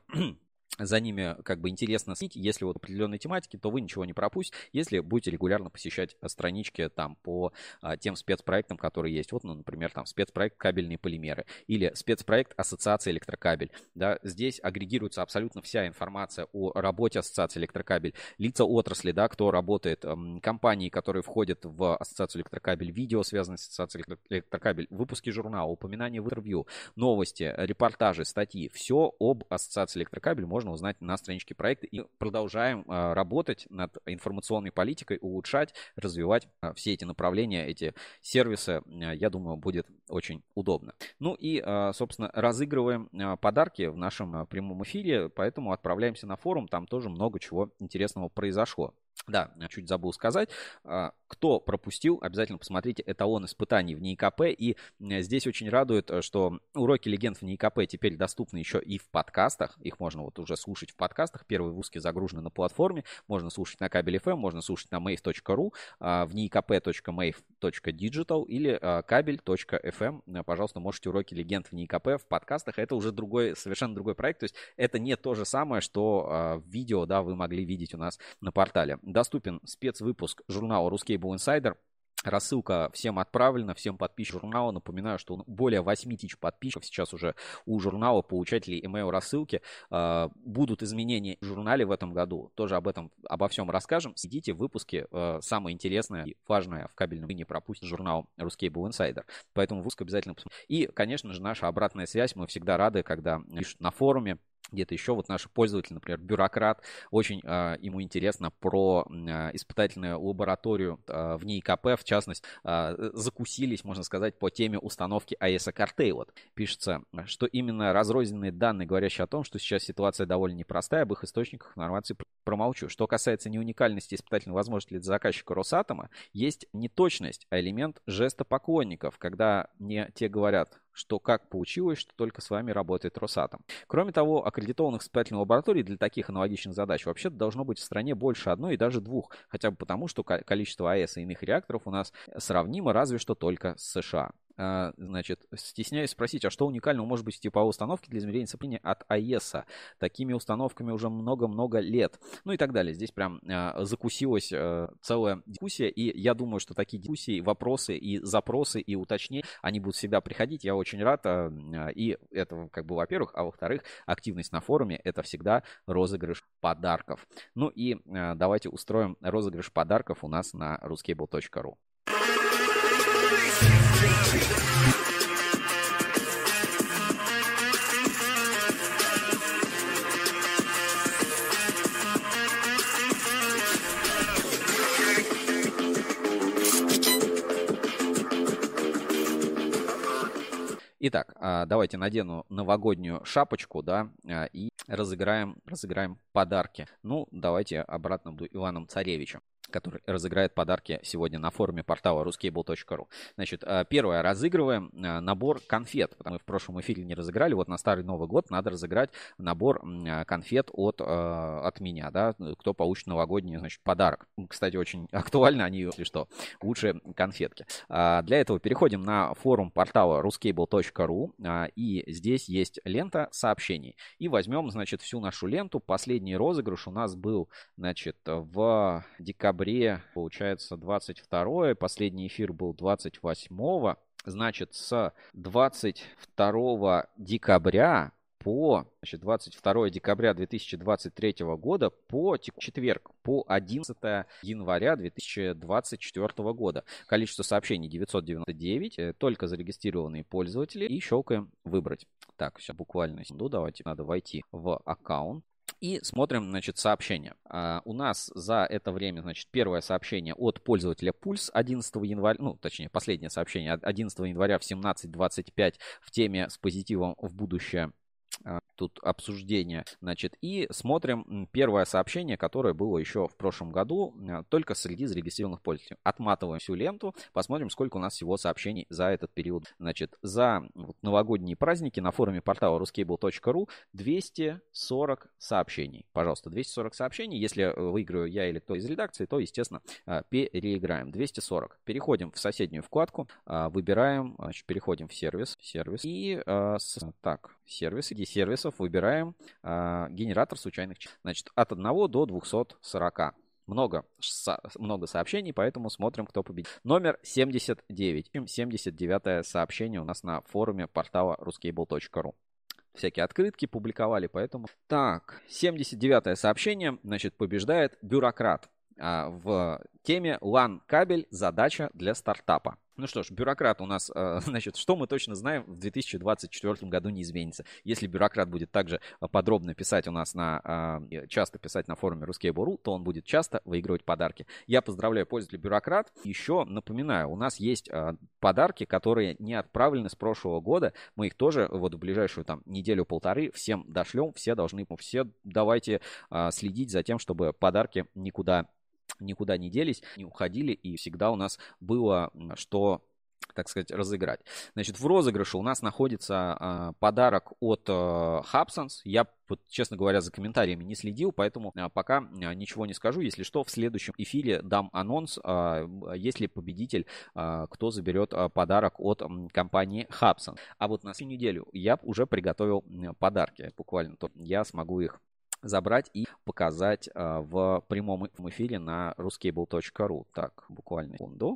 За ними как бы интересно следить. Если вот определенной тематики, то вы ничего не пропустите, если будете регулярно посещать странички там по а, тем спецпроектам, которые есть. Вот, ну, например, там спецпроект «Кабельные полимеры» или спецпроект «Ассоциация электрокабель». Да, здесь агрегируется абсолютно вся информация о работе Ассоциации электрокабель, лица отрасли, да, кто работает, эм, компании, которые входят в Ассоциацию электрокабель, видео, связанные с Ассоциацией электрокабель, выпуски журнала, упоминания в интервью, новости, репортажи, статьи. Все об Ассоциации электрокабель можно можно узнать на страничке проекта. И продолжаем работать над информационной политикой, улучшать, развивать все эти направления, эти сервисы. Я думаю, будет очень удобно. Ну и, собственно, разыгрываем подарки в нашем прямом эфире, поэтому отправляемся на форум. Там тоже много чего интересного произошло. Да, чуть забыл сказать. Кто пропустил, обязательно посмотрите эталон испытаний в НИИКП. И здесь очень радует, что уроки легенд в НИИКП теперь доступны еще и в подкастах. Их можно вот уже слушать в подкастах. Первые выпуски загружены на платформе. Можно слушать на Кабель эф эм, можно слушать на мейв точка ру, в никп точка мейв точка диджитал или кабель точка эф эм. Пожалуйста, можете уроки легенд в НИИКП в подкастах. Это уже другой, совершенно другой проект. То есть это не то же самое, что в видео, да, вы могли видеть у нас на портале. Доступен спецвыпуск журнала Ruscable Insider. Рассылка всем отправлена, всем подписчикам журнала. Напоминаю, что более восемь тысяч подписчиков сейчас уже у журнала, получателей email рассылки. Будут изменения в журнале в этом году. Тоже об этом, обо всем расскажем. Следите в выпуске. Самое интересное и важное в кабельном вы не пропустите журнал Ruscable Insider. Поэтому выпуск обязательно посмотрите. И, конечно же, наша обратная связь. Мы всегда рады, когда пишут на форуме. Где-то еще вот наши пользователи, например, бюрократ, очень э, ему интересно про э, испытательную лабораторию э, в НИИКП, в частности, э, закусились, можно сказать, по теме установки эй эс Car Вот пишется, что именно разрозненные данные, говорящие о том, что сейчас ситуация довольно непростая, об их источниках информации промолчу. Что касается неуникальности испытательной возможности для заказчика Росатома, есть неточность, а элемент жеста поклонников, когда мне те говорят, что как получилось, что только с вами работает Росатом. Кроме того, аккредитованных испытательных лабораторий для таких аналогичных задач вообще-то должно быть в стране больше одной и даже двух. Хотя бы потому, что количество АЭС и иных реакторов у нас сравнимо разве что только с США. Значит, стесняюсь спросить, а что уникального может быть в типовой установке для измерения сцепления от АЭСа? Такими установками уже много-много лет. Ну и так далее. Здесь прям э, закусилась э, целая дискуссия, и я думаю, что такие дискуссии, вопросы и запросы и уточнения, они будут всегда приходить. Я очень рад. Э, и это, как бы, во-первых, а во-вторых, активность на форуме — это всегда розыгрыш подарков. Ну и э, давайте устроим розыгрыш подарков у нас на ruscable точка ру. Итак, давайте надену новогоднюю шапочку, да, и разыграем, разыграем подарки. Ну, давайте обратно буду Иваном Царевичем, который разыграет подарки сегодня на форуме портала ruscable точка ру. Значит, первое, разыгрываем набор конфет. Мы в прошлом эфире не разыграли. Вот на Старый Новый год надо разыграть набор конфет от, от меня, да, кто получит новогодний, значит, подарок. Кстати, очень актуально они, если что, лучшие конфетки. Для этого переходим на форум портала ruscable точка ру, и здесь есть лента сообщений. И возьмем, значит, всю нашу ленту. Последний розыгрыш у нас был, значит, в декабре, получается, двадцать второе, последний эфир был двадцать восьмого, значит, с двадцать второго декабря по, значит, двадцать второго декабря две тысячи двадцать третьего года по четверг, по одиннадцатого января две тысячи двадцать четвёртого года. Количество сообщений девятьсот девяносто девять, только зарегистрированные пользователи, и щелкаем «Выбрать». Так, сейчас буквально секунду, давайте, надо войти в аккаунт. И смотрим, значит, сообщения. А, у нас за это время, значит, первое сообщение от пользователя Пульс одиннадцатого января, ну, точнее, последнее сообщение одиннадцатого января в семнадцать двадцать пять в теме «С позитивом в будущее». Тут обсуждение, значит, и смотрим первое сообщение, которое было еще в прошлом году, только среди зарегистрированных пользователей. Отматываем всю ленту, посмотрим, сколько у нас всего сообщений за этот период. Значит, за вот новогодние праздники на форуме портала ruscable точка ру двести сорок сообщений. Пожалуйста, двести сорок сообщений. Если выиграю я или кто из редакции, то, естественно, переиграем. двести сорок. Переходим в соседнюю вкладку, выбираем, значит, переходим в сервис, сервис и так, сервисы, где сервис выбираем э, генератор случайных чисел. Значит, от одного до двухсот сорока. Много, со, много сообщений, поэтому смотрим, кто победит. Номер семьдесят девять. семьдесят девятое сообщение у нас на форуме портала ruscable точка ру. Всякие открытки публиковали, поэтому... Так, семьдесят девятое сообщение, значит, побеждает бюрократ. В теме лан-кабель задача для стартапа. Ну что ж, бюрократ у нас, значит, что мы точно знаем, в две тысячи двадцать четвёртом году не изменится. Если бюрократ будет также подробно писать у нас на, часто писать на форуме ruskable.ru, то он будет часто выигрывать подарки. Я поздравляю пользователей бюрократ. Еще напоминаю, у нас есть подарки, которые не отправлены с прошлого года. Мы их тоже вот в ближайшую там неделю-полторы всем дошлем. Все должны, все давайте следить за тем, чтобы подарки никуда никуда не делись, не уходили, и всегда у нас было что, так сказать, разыграть. Значит, в розыгрыше у нас находится э, подарок от э, Hubsense. Я, вот, честно говоря, за комментариями не следил, поэтому э, пока э, ничего не скажу. Если что, в следующем эфире дам анонс, э, есть ли победитель, э, кто заберет э, подарок от э, компании Hubsense. А вот на всю неделю я уже приготовил э, подарки. Буквально то я смогу их забрать и показать а, в прямом эфире на ruskable точка ру. Так, буквально секунду.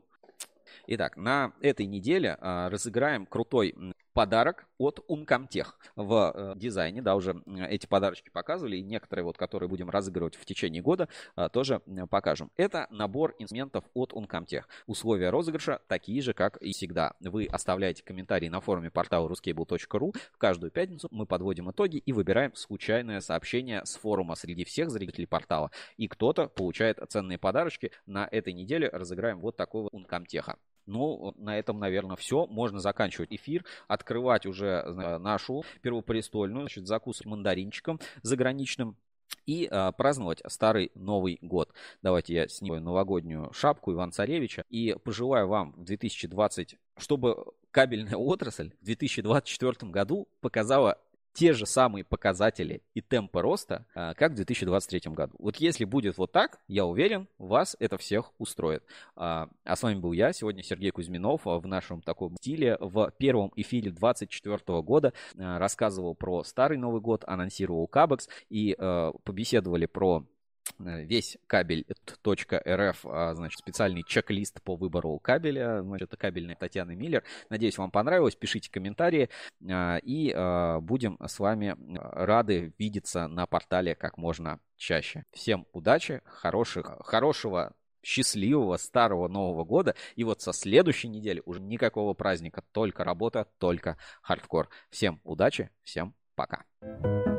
Итак, на этой неделе а, разыграем крутой подарок от Uncomtech в э, дизайне, да, уже эти подарочки показывали, и некоторые, вот, которые будем разыгрывать в течение года, э, тоже э, покажем. Это набор инструментов от Uncomtech. Условия розыгрыша такие же, как и всегда. Вы оставляете комментарии на форуме портала ruskable точка ру. В каждую пятницу мы подводим итоги и выбираем случайное сообщение с форума среди всех зрителей портала. И кто-то получает ценные подарочки. На этой неделе разыграем вот такого Uncomtech. Ну, на этом, наверное, все. Можно заканчивать эфир, открывать уже нашу первопрестольную, значит, закусывать мандаринчиком заграничным и а, праздновать Старый Новый год. Давайте я сниму новогоднюю шапку Ивана Царевича и пожелаю вам в две тысячи двадцатом, чтобы кабельная отрасль в две тысячи двадцать четвёртом году показала те же самые показатели и темпы роста, как в две тысячи двадцать третьем году. Вот если будет вот так, я уверен, вас это всех устроит. А с вами был я, сегодня Сергей Кузьминов, в нашем таком стиле. В первом эфире двадцать четвёртого года рассказывал про Старый Новый год, анонсировал Кабекс и побеседовали про весь кабель точка эр эф, значит, специальный чек-лист по выбору кабеля. Значит, это кабельная Татьяна Миллер. Надеюсь, вам понравилось. Пишите комментарии. И будем с вами рады видеться на портале как можно чаще. Всем удачи, хороших, хорошего, счастливого Старого Нового года. И вот со следующей недели уже никакого праздника. Только работа, только хардкор. Всем удачи, всем пока.